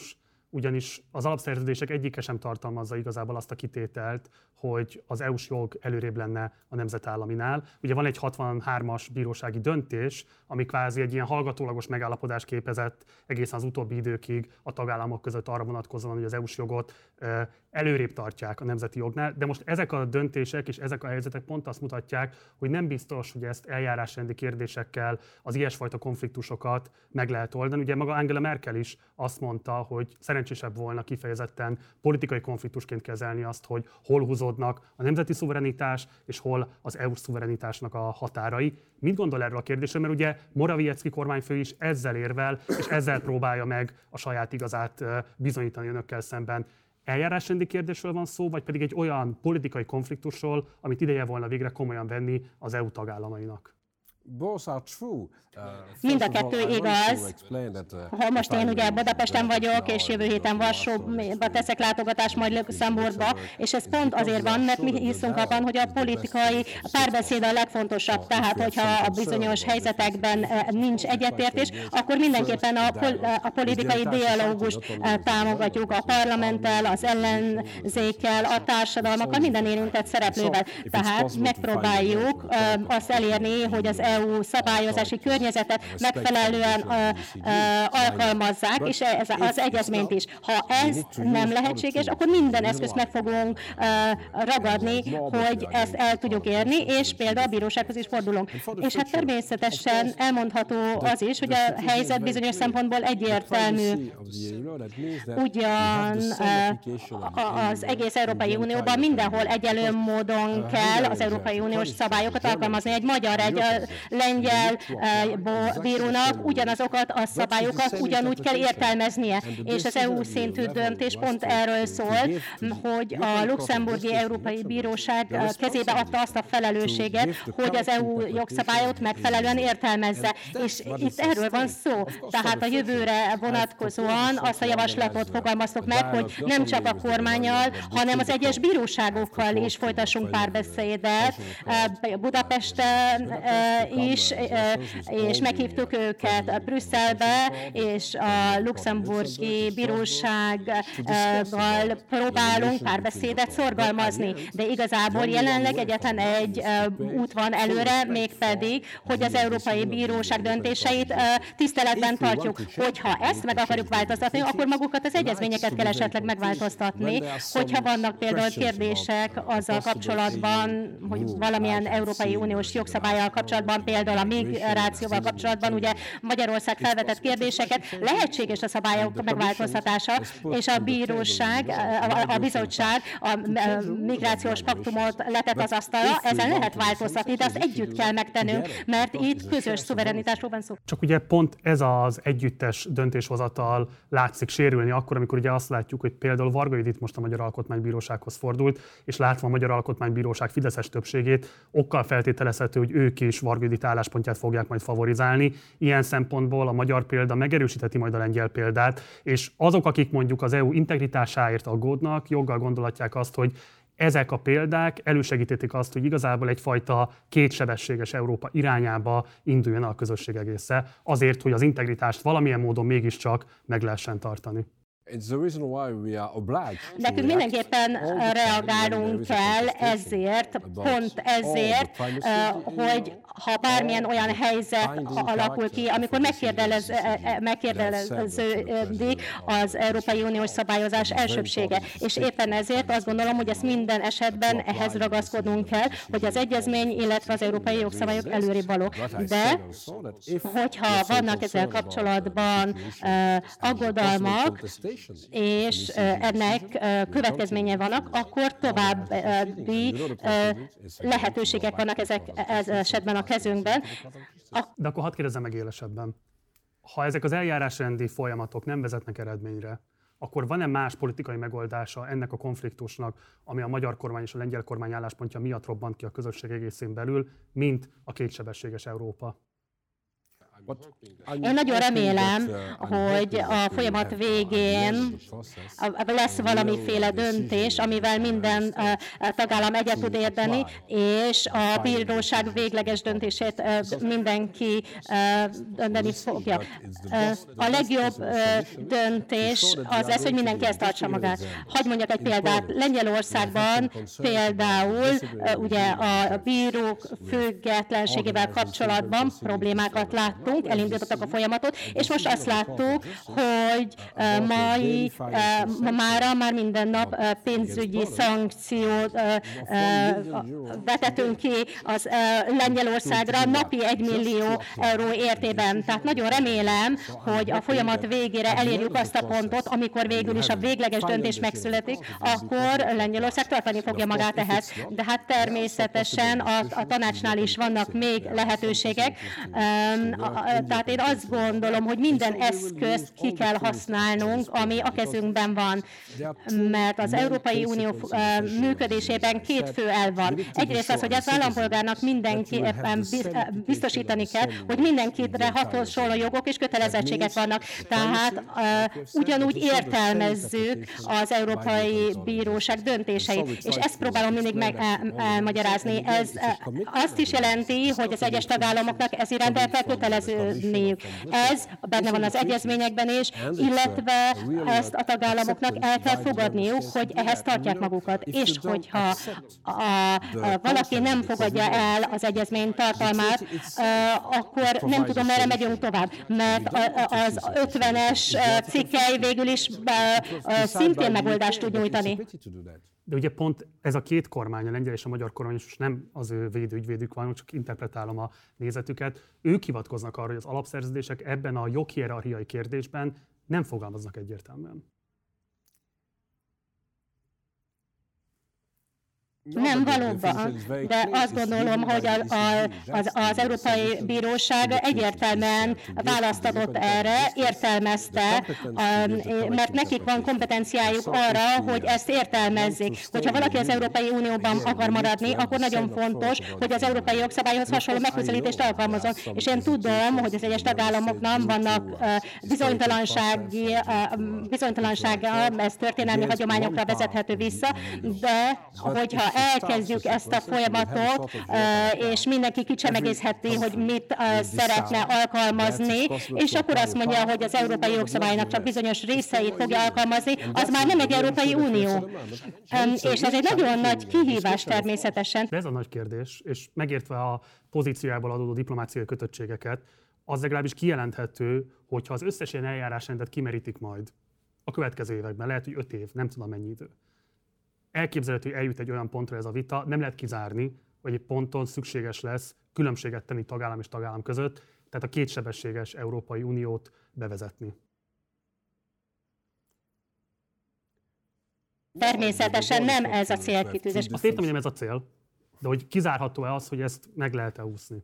ugyanis az alapszerződések egyike sem tartalmazza igazából azt a kitételt, hogy az é u-s jog előrébb lenne a nemzetállaminál. Ugye van egy hatvanhármas bírósági döntés, ami kvázi egy ilyen hallgatólagos megállapodás képezett egészen az utóbbi időkig a tagállamok között arra vonatkozóan, hogy az é u-s jogot előrébb tartják a nemzeti jognál, de most ezek a döntések és ezek a helyzetek pont azt mutatják, hogy nem biztos, hogy ezt eljárásrendi kérdésekkel az ilyesfajta konfliktusokat meg lehet oldani. Ugye maga Angela Merkel is azt mondta, hogy szerencsésebb volna kifejezetten politikai konfliktusként kezelni azt, hogy hol húzódnak a nemzeti szuverenitás és hol az é u-s szuverenitásnak a határai. Mit gondol erről a kérdésről? Mert ugye Morawiecki kormányfő is ezzel érvel, és ezzel próbálja meg a saját igazát bizonyítani önökkel szemben. Eljárásrendi kérdésről van szó, vagy pedig egy olyan politikai konfliktusról, amit ideje volna végre komolyan venni az é u tagállamainak? Mind a kettő igaz. Ha most én ugye Budapesten vagyok, és jövő héten Varsóba teszek látogatást, majd Luxemburgba, és ez pont azért van, mert mi hiszünk abban, hogy a politikai párbeszéd a legfontosabb. Tehát, hogyha a bizonyos helyzetekben nincs egyetértés, akkor mindenképpen a, pol- a politikai dialógust támogatjuk a parlamenttel, az ellenzékkel, a társadalmakkal, minden érintett szereplővel. Tehát megpróbáljuk azt elérni, hogy az é u szabályozási környezetet megfelelően uh, uh, alkalmazzák, és ez az egyezményt is. Ha ez nem lehetséges, akkor minden eszközt meg fogunk uh, ragadni, hogy ezt el tudjuk érni, és például a bírósághoz is fordulunk. És hát természetesen elmondható az is, hogy a helyzet bizonyos szempontból egyértelmű. Ugyan uh, az egész Európai Unióban mindenhol egyenlő módon kell az Európai Uniós szabályokat alkalmazni. Egy magyar, egy lengyel bírónak ugyanazokat a szabályokat ugyanúgy kell értelmeznie. És az é u szintű döntés pont erről szól, hogy a luxemburgi Európai Bíróság kezébe adta azt a felelősséget, hogy az é u jogszabályot megfelelően értelmezze. És itt erről van szó. Tehát a jövőre vonatkozóan azt a javaslatot fogalmaztok meg, hogy nem csak a kormánnyal, hanem az egyes bíróságokkal is folytassunk párbeszédet. Budapesten is, és meghívtuk őket Brüsszelbe, és a luxemburgi bírósággal próbálunk párbeszédet szorgalmazni. De igazából jelenleg egyetlen egy út van előre, mégpedig, hogy az Európai Bíróság döntéseit tiszteletben tartjuk. Hogyha ezt meg akarjuk változtatni, akkor magukat az egyezményeket kell esetleg megváltoztatni. Hogyha vannak például kérdések azzal kapcsolatban, hogy valamilyen Európai Uniós jogszabállyal kapcsolatban, például a migrációval kapcsolatban, ugye Magyarország felvetett kérdéseket, lehetséges a szabályok megváltoztatása, és a bíróság, a bizottság a migrációs paktumot letett az asztalra, ezen lehet változtatni, de azt együtt kell megtennünk, mert itt közös szuverenitásról van szó. Csak ugye pont ez az együttes döntéshozatal látszik sérülni akkor, amikor ugye azt látjuk, hogy például Varga Judit most a Magyar Alkotmánybírósághoz fordult, és látva a Magyar Alkotmánybíróság fideszes többségét, okkal feltételezhető, hogy ők is Varga Judit álláspontját fogják majd favorizálni. Ilyen szempontból a magyar példa megerősítheti majd a lengyel példát, és azok, akik mondjuk az é u integritásáért aggódnak, joggal gondolhatják azt, hogy ezek a példák elősegítették azt, hogy igazából egyfajta kétsebességes Európa irányába induljon a közösség egésze, azért, hogy az integritást valamilyen módon mégiscsak meg lehessen tartani. Nekünk mindenképpen reagálnunk kell ezért, pont ezért, hogy ha bármilyen olyan helyzet alakul ki, amikor megkérdez, megkérdeződik az Európai Uniós szabályozás elsőbsége. És éppen ezért azt gondolom, hogy ezt minden esetben ehhez ragaszkodnunk kell, hogy az egyezmény, illetve az európai jogszabályok előrébb valók. De hogyha vannak ezzel kapcsolatban aggodalmak, és ennek következménye vannak, akkor további lehetőségek vannak ezek ez esetben a kezünkben. De akkor hadd kérdezzem meg élesebben. Ha ezek az eljárásrendi folyamatok nem vezetnek eredményre, akkor van-e más politikai megoldása ennek a konfliktusnak, ami a magyar kormány és a lengyel kormány álláspontja miatt robbant ki a közösség egészén belül, mint a kétsebességes Európa? Én nagyon remélem, hogy a folyamat végén lesz valamiféle döntés, amivel minden tagállam egyet tud érteni, és a bíróság végleges döntését mindenki dönteni fogja. A legjobb döntés az lesz, hogy mindenki ezt tartsa magát. Hadd mondjak egy példát. Lengyelországban például ugye a bírók függetlenségével kapcsolatban problémákat láttunk, elindítottak a folyamatot, és most azt láttuk, hogy mai, mára már minden nap pénzügyi szankciót vetetünk ki az Lengyelországra napi egy millió euró értében. Tehát nagyon remélem, hogy a folyamat végére elérjük azt a pontot, amikor végül is a végleges döntés megszületik, akkor Lengyelország tartani fogja magát ehhez. De hát természetesen a, a tanácsnál is vannak még lehetőségek. Tehát én azt gondolom, hogy minden eszközt ki kell használnunk, ami a kezünkben van. Mert az Európai Unió működésében két fő elv van. Egyrészt az, hogy az állampolgárnak mindenképpen biztosítani kell, hogy mindenkire hasonló jogok és kötelezettségek vannak. Tehát ugyanúgy értelmezzük az Európai Bíróság döntéseit. És ezt próbálom mindig meg elmagyarázni. Ez azt is jelenti, hogy az egyes tagállamoknak ez iránt el kell köteleződniük. Ez benne van az egyezményekben is, illetve ezt a tagállamoknak el kell fogadniuk, hogy ehhez tartják magukat. És hogyha a, a, valaki nem fogadja el az egyezmény tartalmát, akkor nem tudom, merre megyünk tovább. Mert az ötvenes cikkely végül is szintén megoldást tud nyújtani. De ugye pont ez a két kormány, a lengyel és a magyar kormány, és most nem az ő védőügyvédük van, csak interpretálom a nézetüket, ők hivatkoznak arra, hogy az alapszerződések ebben a joghierarchiai kérdésben nem fogalmaznak egyértelműen. Nem, valóban, de azt gondolom, hogy a, a, az, az Európai Bíróság egyértelműen választ adott erre, értelmezte, a, mert nekik van kompetenciájuk arra, hogy ezt értelmezzék. Hogyha valaki az Európai Unióban akar maradni, akkor nagyon fontos, hogy az európai jogszabályhoz hasonló megközelítést alkalmazzon. És én tudom, hogy az egyes tagállamoknak vannak bizonytalansági, bizonytalansága, ez történelmi hagyományokra vezethető vissza, de hogyha elkezdjük ezt a folyamatot, és mindenki kicsemegézheti, hogy mit szeretne alkalmazni, és akkor azt mondja, hogy az európai jogszabálynak csak bizonyos részeit fogja alkalmazni, az már nem egy Európai Unió. És ez egy nagyon nagy kihívás természetesen. De ez a nagy kérdés, és megértve a pozíciójából adódó diplomáciai kötöttségeket, az legalábbis kijelenthető, hogyha az összes ilyen eljárásrendet kimerítik majd a következő években, lehet, hogy öt év, nem tudom mennyi idő. Elképzelhető, hogy eljut egy olyan pontra ez a vita, nem lehet kizárni, hogy egy ponton szükséges lesz különbséget tenni tagállam és tagállam között, tehát a kétsebességes Európai Uniót bevezetni. Természetesen nem ez a célkitűzés. Azt értem, hogy nem ez a cél, de hogy kizárható-e az, hogy ezt meg lehet-e úszni?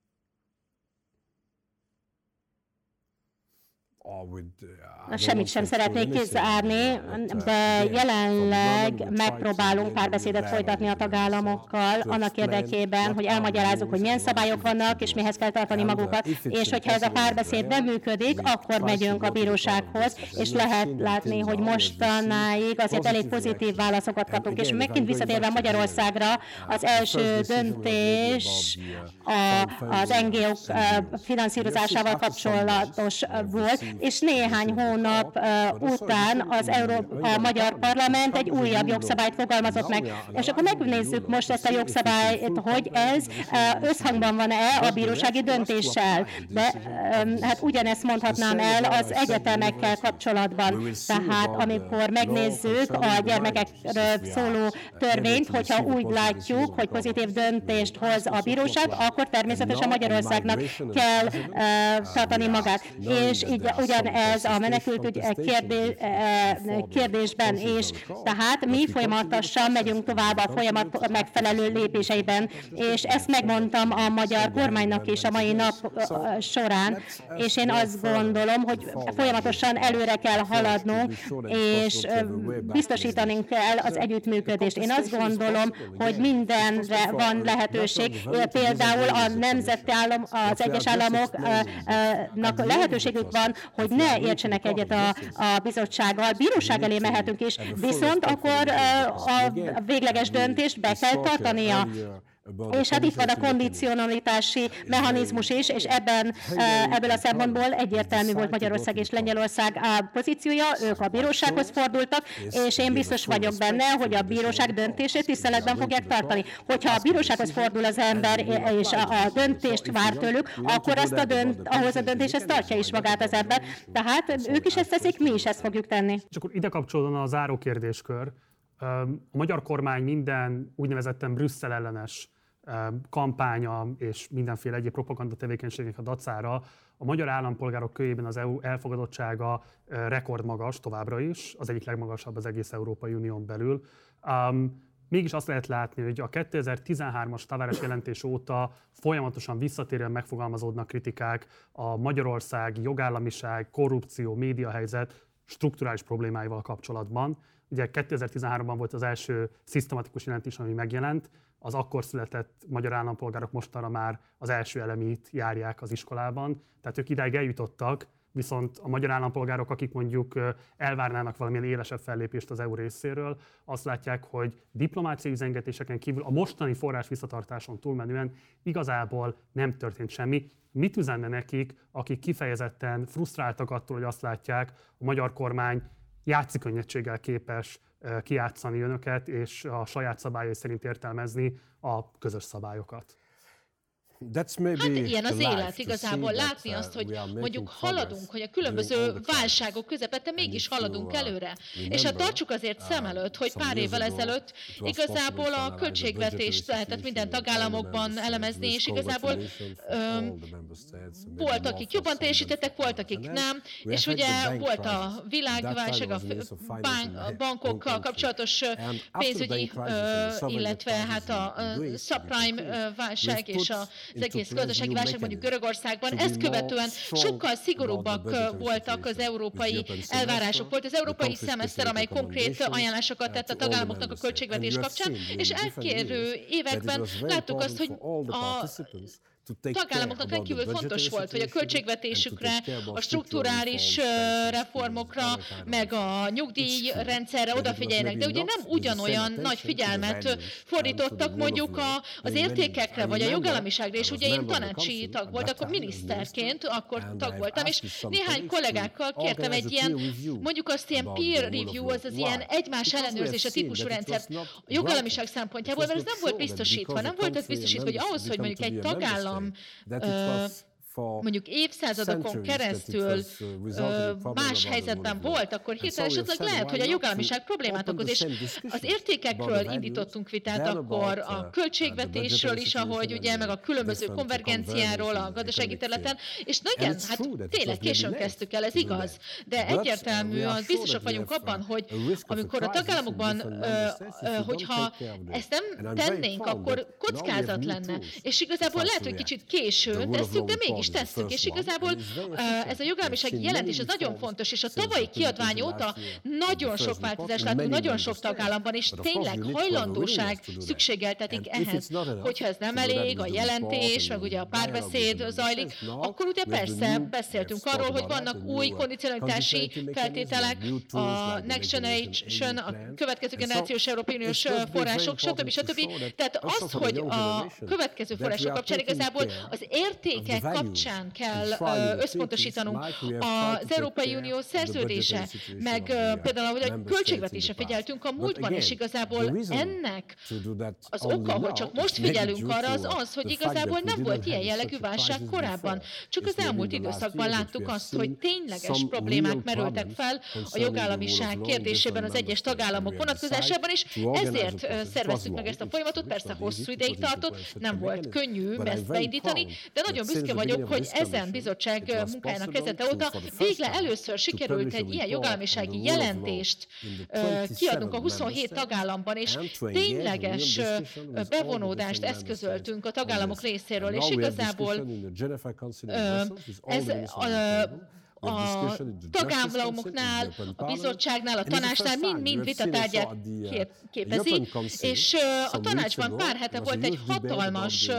Semmit sem szeretnék kizárni, de jelenleg megpróbálunk párbeszédet folytatni a tagállamokkal annak érdekében, hogy elmagyarázzuk, hogy milyen szabályok vannak, és mihez kell tartani magukat, és hogyha ez a párbeszéd nem működik, akkor megyünk a bírósághoz, és lehet látni, hogy mostanáig azért elég pozitív válaszokat kaptunk, és megint visszatérve Magyarországra, az első döntés az en gé ó-k finanszírozásával kapcsolatos volt, és néhány hónap uh, után az Európa, a Magyar Parlament egy újabb jogszabályt fogalmazott meg. És akkor megnézzük most ezt a jogszabályt, hogy ez uh, összhangban van-e a bírósági döntéssel. De um, hát ugyanezt mondhatnám el az egyetemekkel kapcsolatban. Tehát amikor megnézzük a gyermekekről szóló törvényt, hogyha úgy látjuk, hogy pozitív döntést hoz a bíróság, akkor természetesen Magyarországnak kell uh, tartani magát. És így ugyanez a menekültügy kérdés, kérdésben is. Tehát mi folyamatosan megyünk tovább a folyamat megfelelő lépéseiben, és ezt megmondtam a magyar kormánynak is a mai nap során, és én azt gondolom, hogy folyamatosan előre kell haladnunk, és biztosítani kell az együttműködést. Én azt gondolom, hogy mindenre van lehetőség. Például a nemzeti állam, az egyes államoknak lehetőségük van, hogy ne értsenek egyet a, a bizottsággal. Bíróság elé mehetünk is, viszont akkor a végleges döntést be kell tartania. És hát itt van a kondicionalitási mechanizmus is, és ebben, ebből a szempontból egyértelmű volt Magyarország és Lengyelország pozíciója, ők a bírósághoz fordultak, és én biztos vagyok benne, hogy a bíróság döntését tiszteletben fogják tartani. Hogyha a bírósághoz fordul az ember, és a, a döntést vár tőlük, akkor azt a dönt, ahhoz a döntéshez tartja is magát az ember. Tehát ők is ezt teszik, mi is ezt fogjuk tenni. És akkor ide kapcsolódóan a záró kérdéskör. A magyar kormány minden úgynevezetten Brüsszel ellenes kampánya és mindenféle egyéb propaganda tevékenységek a dacára a magyar állampolgárok körében az é u elfogadottsága rekordmagas továbbra is, az egyik legmagasabb az egész Európai Unión belül. Um, mégis azt lehet látni, hogy a kétezer-tizenhármas Tavares jelentés óta folyamatosan visszatérően megfogalmazódnak kritikák a magyarországi jogállamiság, korrupció, médiahelyzet strukturális problémáival kapcsolatban. Ugye kétezer-tizenháromban volt az első szisztematikus jelentés, ami megjelent, az akkor született magyar állampolgárok mostanra már az első elemét járják az iskolában, tehát ők idáig eljutottak, viszont a magyar állampolgárok, akik mondjuk elvárnának valamilyen élesebb fellépést az é u részéről, azt látják, hogy diplomáciai üzengetéseken kívül a mostani forrás visszatartáson túlmenően igazából nem történt semmi. Mit üzenne nekik, akik kifejezetten frusztráltak attól, hogy azt látják, a magyar kormány játszikönnyedséggel képes kijátszani önöket, és a saját szabályai szerint értelmezni a közös szabályokat? Hát ilyen az élet igazából, látni azt, hogy mondjuk haladunk, hogy a különböző válságok közepette mégis haladunk előre. És hát tartsuk azért szem előtt, hogy pár évvel ezelőtt igazából a költségvetést lehetett minden tagállamokban elemezni, és igazából öm, volt, akik jobban teljesítettek, volt, akik nem, és ugye volt a világválság, a bankokkal kapcsolatos pénzügyi, illetve hát a subprime válság és a az egész gazdasági válság mondjuk Görögországban. Ezt követően sokkal szigorúbbak voltak az európai elvárások. Volt az európai szemeszter, amely konkrét ajánlásokat tett a tagállamoknak a költségvetés kapcsán, és elkérő években láttuk azt, hogy a tagállamoknak rendkívül fontos volt, hogy a költségvetésükre, a strukturális reformokra, meg a nyugdíjrendszerre odafigyeljenek. De ugye nem ugyanolyan nagy figyelmet fordítottak mondjuk a, az értékekre, vagy a jogállamiságra, és ugye én tanácsi tag volt, akkor miniszterként, akkor tag voltam, és néhány kollégákkal kértem egy ilyen, mondjuk azt ilyen peer review, az az ilyen egymás ellenőrzése típusú rendszert a jogállamiság szempontjából, mert ez nem volt biztosítva, nem volt ez biztosítva, hogy ahhoz, hogy mondjuk egy tagállam mondjuk évszázadokon keresztül más helyzetben volt, akkor hirtelen esetleg lehet, hogy a jogállamiság problémát okoz, és az értékekről indítottunk vitát, akkor a költségvetésről is, ahogy ugye, meg a különböző konvergenciáról a gazdasági területen, és na igen, hát tényleg későn kezdtük el, ez igaz, de egyértelmű, biztosak vagyunk abban, hogy amikor a tagállamokban, hogyha ezt nem tennénk, akkor kockázat lenne, és igazából lehet, hogy kicsit későn tesszük, de mégis tesszük, és igazából ez a jogállamisági jelentés, ez nagyon fontos, és a tavalyi kiadvány óta nagyon sok változást látunk, nagyon sok tagállamban, és tényleg hajlandóság szükségeltetik ehhez, hogyha ez nem elég, a jelentés, meg ugye a párbeszéd zajlik, akkor ugye persze beszéltünk arról, hogy vannak új kondicionalitási feltételek, a Next Generation, a következő generációs Európai Uniós források, stb. stb. Tehát az, hogy a következő források kapcsán igazából az értékek kapcsán kell összpontosítanunk, az Európai Unió szerződése, meg például, ahogy a költségvetésre figyeltünk a múltban, és igazából ennek az oka, hogy csak most figyelünk arra, az az, hogy igazából nem volt ilyen jellegű válság korábban. Csak az elmúlt időszakban láttuk azt, hogy tényleges problémák merültek fel a jogállamiság kérdésében az egyes tagállamok vonatkozásában, és ezért szerveztük meg ezt a folyamatot. Persze hosszú ideig tartott, nem volt könnyű ezt beindítani, de nagyon büszke vagyok, vagyok, hogy ezen bizottság munkájának kezdete óta végre először sikerült egy ilyen jogállamisági jelentést kiadnunk a huszonhét tagállamban, és tényleges bevonódást eszközöltünk a tagállamok részéről, és igazából ez a a tagállamoknál, a bizottságnál, a tanácsnál mind-mind vitatárgyát képezi, és a tanácsban pár hete volt egy hatalmas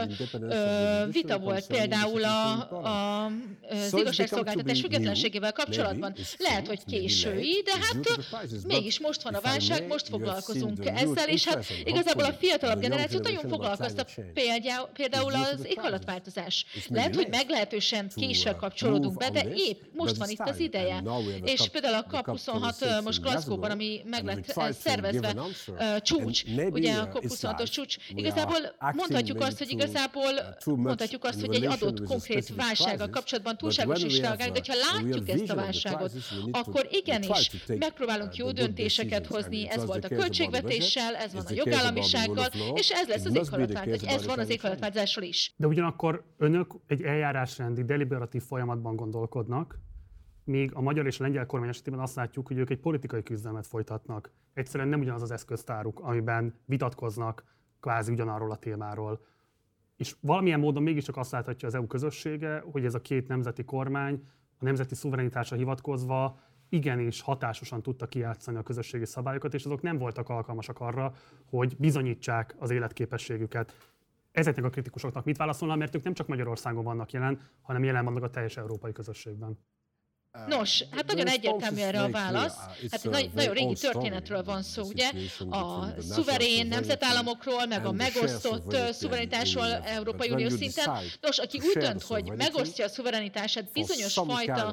vita volt például a, a, az igazságszolgáltatás függetlenségével kapcsolatban. Lehet, hogy késői, de hát mégis most van a válság, most foglalkozunk ezzel, és hát igazából a fiatalabb generációt nagyon foglalkoztat például az éghajlatváltozás. Lehet, hogy meglehetősen később kapcsolódunk be, de épp most most van itt az ideje. És például a kap huszonhat most Glasgow-ban, ami meg lett szervezve csúcs, ugye a kap huszonhatos csúcs, igazából mondhatjuk azt, hogy igazából mondhatjuk azt, hogy egy adott konkrét válsággal kapcsolatban túlságos is reagálunk, de ha látjuk ezt a válságot, akkor igenis megpróbálunk jó döntéseket hozni, ez volt a költségvetéssel, ez van a jogállamisággal, és ez lesz az éghajlatváltozás, ez van az éghajlatváltozásról is. De ugyanakkor önök egy eljárásrendi, deliberatív folyamatban gondolkodnak, míg a magyar és a lengyel kormány esetében azt látjuk, hogy ők egy politikai küzdelmet folytatnak. Egyszerűen nem ugyanaz az eszköztáruk, amiben vitatkoznak kvázi ugyanarról a témáról. És valamilyen módon mégiscsak azt láthatja az é u közössége, hogy ez a két nemzeti kormány a nemzeti szuverenitásra hivatkozva igenis hatásosan tudta kijátszani a közösségi szabályokat, és azok nem voltak alkalmasak arra, hogy bizonyítsák az életképességüket. Ezeknek a kritikusoknak mit válaszolna, mert ők nem csak Magyarországon vannak jelen, hanem jelen vannak a teljes európai közösségben. Nos, hát nagyon egyértelmű erre a válasz. Hát egy nagy, nagyon régi történetről van szó, ugye? A szuverén nemzetállamokról, meg a megosztott szuverenitásról Európai Unió szinten. Nos, aki úgy dönt, hogy megosztja a szuverenitását bizonyos fajta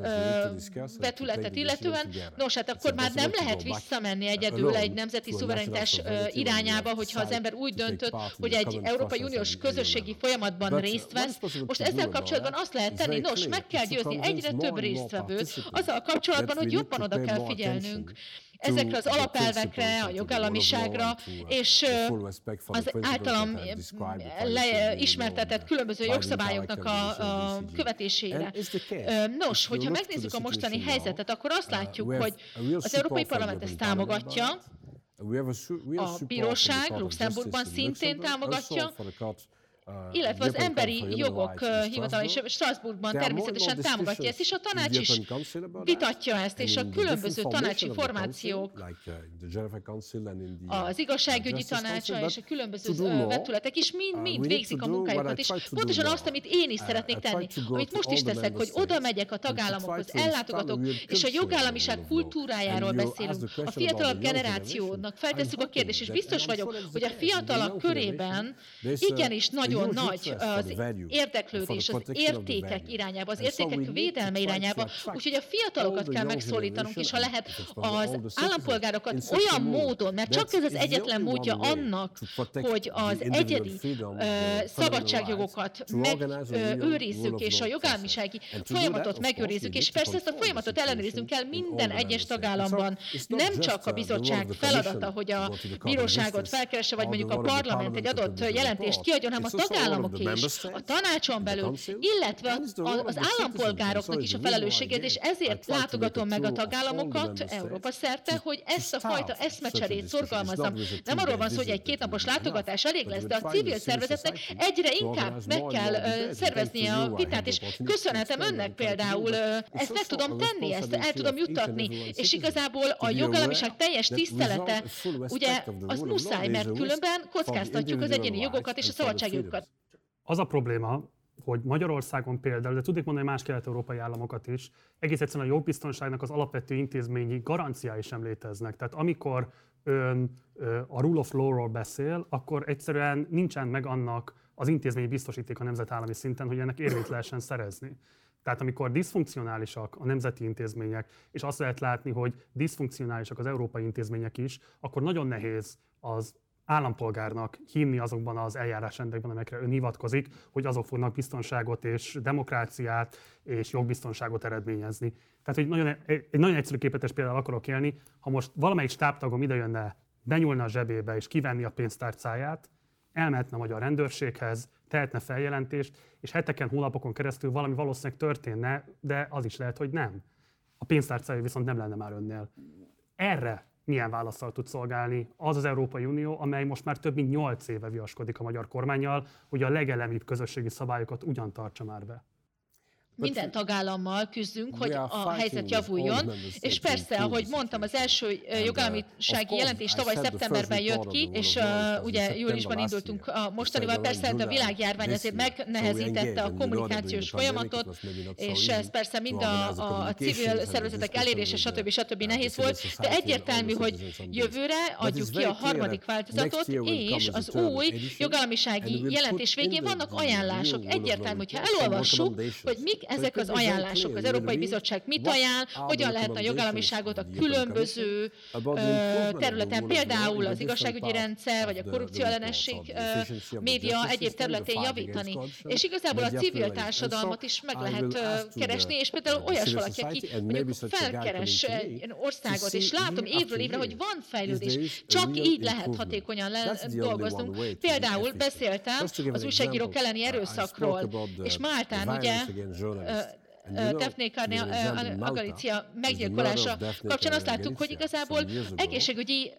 vetületet illetően, nos, hát akkor már nem lehet visszamenni egyedül egy nemzeti szuverenitás irányába, hogyha az ember úgy döntött, hogy egy Európai Uniós közösségi folyamatban részt vesz. Most ezzel kapcsolatban azt lehet tenni, nos, meg kell győzni egyre több részt résztvevőt, azzal kapcsolatban, hogy jobban oda kell figyelnünk ezekre az alapelvekre, a jogállamiságra, és az általam ismertetett különböző jogszabályoknak a, a követésére. Nos, hogyha megnézzük a mostani helyzetet, akkor azt látjuk, hogy az Európai Parlament ezt támogatja, a bíróság Luxemburgban szintén támogatja, illetve az emberi jogok hivatala is Strasbourgban természetesen támogatja ezt, és a tanács is vitatja ezt, és a különböző tanácsi formációk, az igazságügyi tanácsa és a különböző vetületek is mind-mind végzik a munkájukat, és pontosan azt, amit én is szeretnék tenni, amit most is teszek, hogy oda megyek a tagállamokhoz, ellátogatok, és a jogállamiság kultúrájáról beszélünk. A fiatalabb generációnak feltesszük a kérdést, és biztos vagyok, hogy a fiatalok körében igenis nagy nagyon nagy az érdeklődés az értékek irányába, az értékek védelme irányába, úgyhogy a fiatalokat kell megszólítanunk, és ha lehet az állampolgárokat olyan módon, mert csak ez az egyetlen módja annak, hogy az egyedi szabadságjogokat megőrizzük, és a jogállamisági folyamatot megőrizzük, és persze ezt a folyamatot ellenőriznünk kell minden egyes tagállamban. Nem csak a bizottság feladata, hogy a bíróságot felkeresse, vagy mondjuk a parlament egy adott jelentést kiadjon, hanem a tagállamok is, a tanácson belül, illetve az állampolgároknak is a felelősséget, és ezért látogatom meg a tagállamokat Európa szerte, hogy ezt a fajta eszmecserét szorgalmazzam. Nem arról van szó, hogy egy kétnapos látogatás elég lesz, de a civil szervezetnek egyre inkább meg kell szerveznie a vitát, és köszönhetem önnek például, ezt meg tudom tenni, ezt el tudom juttatni, és igazából a jogállamiság teljes tisztelete, ugye az muszáj, mert különben kockáztatjuk az egyéni jogokat és a szabadságjogokat. Az a probléma, hogy Magyarországon például, de tudnék mondani más kelet-európai államokat is, egész egyszerűen a jogbiztonságnak az alapvető intézményi garanciái sem léteznek. Tehát amikor ön a rule of law-ról beszél, akkor egyszerűen nincsen meg annak az intézményi biztosíték a nemzetállami szinten, hogy ennek érvényt lehessen szerezni. Tehát amikor diszfunkcionálisak a nemzeti intézmények, és azt lehet látni, hogy diszfunkcionálisak az európai intézmények is, akkor nagyon nehéz az állampolgárnak hinni azokban az eljárásrendekben, amelyekre ön hivatkozik, hogy azok fognak biztonságot és demokráciát és jogbiztonságot eredményezni. Tehát egy nagyon, egy nagyon egyszerű képetes például akarok élni, ha most valamelyik stábtagom idejönne, benyúlna a zsebébe és kivenni a pénztárcáját, elmehetne a magyar rendőrséghez, tehetne feljelentést, és heteken, hónapokon keresztül valami valószínűleg történne, de az is lehet, hogy nem. A pénztárcája viszont nem lenne már önnél. Erre milyen válaszsal tud szolgálni az az Európai Unió, amely most már több mint nyolc éve viaskodik a magyar kormánnyal, hogy a legelemibb közösségi szabályokat ugyan tartsa már be? Minden tagállammal küzdünk, hogy a helyzet javuljon, és persze, ahogy mondtam, az első jogállamisági jelentés tavaly szeptemberben jött ki, és uh, ugye júliusban indultunk a mostanival, persze a világjárvány ezért megnehezítette a kommunikációs folyamatot, és ez persze mind a, a, a civil szervezetek elérése, stb. stb. Nehéz volt, de egyértelmű, hogy jövőre adjuk ki a harmadik változatot, és az új jogállamisági jelentés végén vannak ajánlások. Egyértelmű, hogyha elolvassuk, hogy mik ezek az ajánlások. Az Európai Bizottság mit ajánl, hogyan lehetne a jogállamiságot a különböző területen, például az igazságügyi rendszer, vagy a korrupció ellenesség, média egyéb területén javítani. És igazából a civil társadalmat is meg lehet keresni, és például olyas valaki, aki mondjuk felkeres egy országot, és látom évről évre, hogy van fejlődés, csak így lehet hatékonyan dolgoznunk. Például beszéltem az újságírók elleni erőszakról, és Máltán ugye Daphne Caruana Galizia meggyilkolása kapcsán azt láttuk, hogy igazából egészségügyi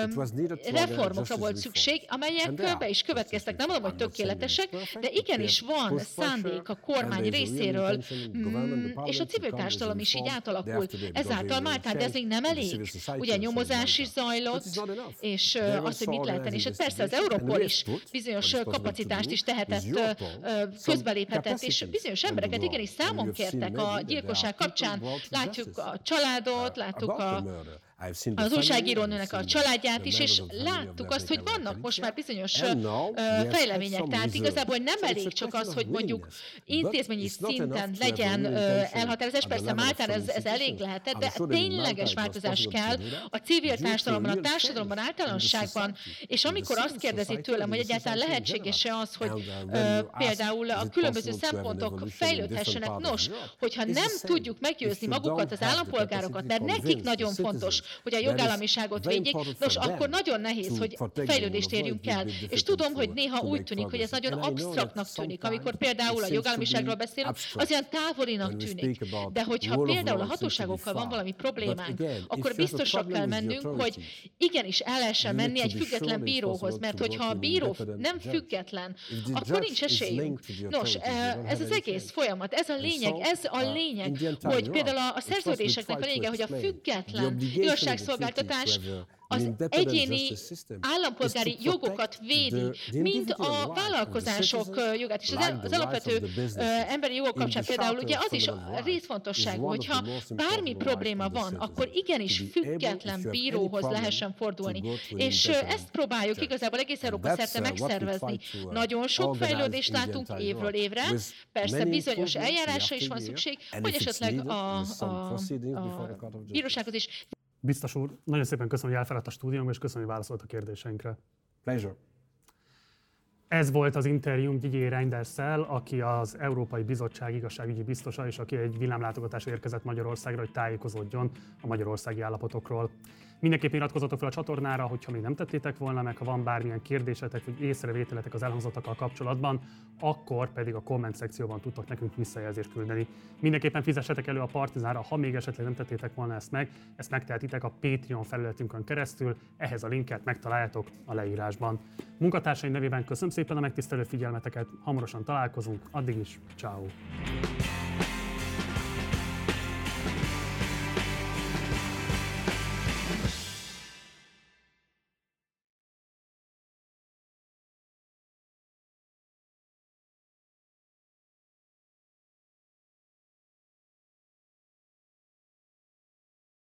reformokra volt szükség, amelyek be is következtek. Nem mondom, hogy tökéletesek, de igenis van szándék a kormány részéről, és a civil társadalom is így átalakul. Ezáltal Máltán, de ez még nem elég. Ugye nyomozás is zajlott, és azt, hogy mit lehet tenni. És persze az Europol is bizonyos kapacitást is tehetett, közbeléphetett, és bizonyos embereket igenis számon kértek a gyilkosság kapcsán. Látjuk a családot, láttuk a az újságírónőnek a családját is, és láttuk azt, hogy vannak most már bizonyos fejlemények. Tehát igazából nem elég csak az, hogy mondjuk intézményi szinten legyen elhatározás. Persze Máltán ez, ez elég lehetett, de tényleges változás kell a civil társadalomban, a társadalomban általánosságban. És amikor azt kérdezi tőlem, hogy egyáltalán lehetséges-e az, hogy például a különböző szempontok fejlődhessenek, nos, hogyha nem tudjuk meggyőzni magukat, az állampolgárokat, mert nekik nagyon fontos, hogy a jogállamiságot védjék, nos, akkor nagyon nehéz, hogy fejlődést érjünk el. És tudom, hogy néha úgy tűnik, hogy ez nagyon absztraktnak tűnik, amikor például a jogállamiságról beszélünk, az olyan távolinak tűnik. De hogyha például a hatóságokkal van valami problémánk, akkor biztosra kell mennünk, hogy igenis el lehessen menni egy független bíróhoz, mert hogyha a bíró nem független, akkor nincs esélyünk. Nos, ez az egész folyamat, ez a lényeg, ez a lényeg, hogy például a szerződéseknek a lényege, hogy a független igazságszolgáltatás az egyéni állampolgári jogokat védi, mint a vállalkozások jogát. És az alapvető emberi jogok kapcsán például ugye az is a részfontosságú, hogyha bármi probléma van, akkor igenis független bíróhoz lehessen fordulni. És ezt próbáljuk igazából egész Európa szerte megszervezni. Nagyon sok fejlődést látunk évről évre, persze bizonyos eljárásra is van szükség, hogy esetleg a, a, a bírósághoz is. Biztos úr, nagyon szépen köszönöm, hogy elfáradt a stúdiónkba, és köszönöm, hogy válaszolt a kérdéseinkre. Pleasure. Ez volt az interjúnk Didier Reynderssel, aki az Európai Bizottság igazságügyi biztosa, és aki egy villámlátogatásra érkezett Magyarországra, hogy tájékozódjon a magyarországi állapotokról. Mindenképpen iratkozzatok fel a csatornára, hogyha még nem tettétek volna meg, ha van bármilyen kérdésetek vagy észrevételetek az elhangzottakkal kapcsolatban, akkor pedig a komment szekcióban tudtok nekünk visszajelzést küldeni. Mindenképpen fizessetek elő a Partizánra, ha még esetleg nem tettétek volna ezt meg, ezt megtehetitek a Patreon felületünkön keresztül, ehhez a linket megtaláljátok a leírásban. Munkatársaim nevében köszönöm szépen a megtisztelő figyelmeteket, hamarosan találkozunk, addig is, ciao.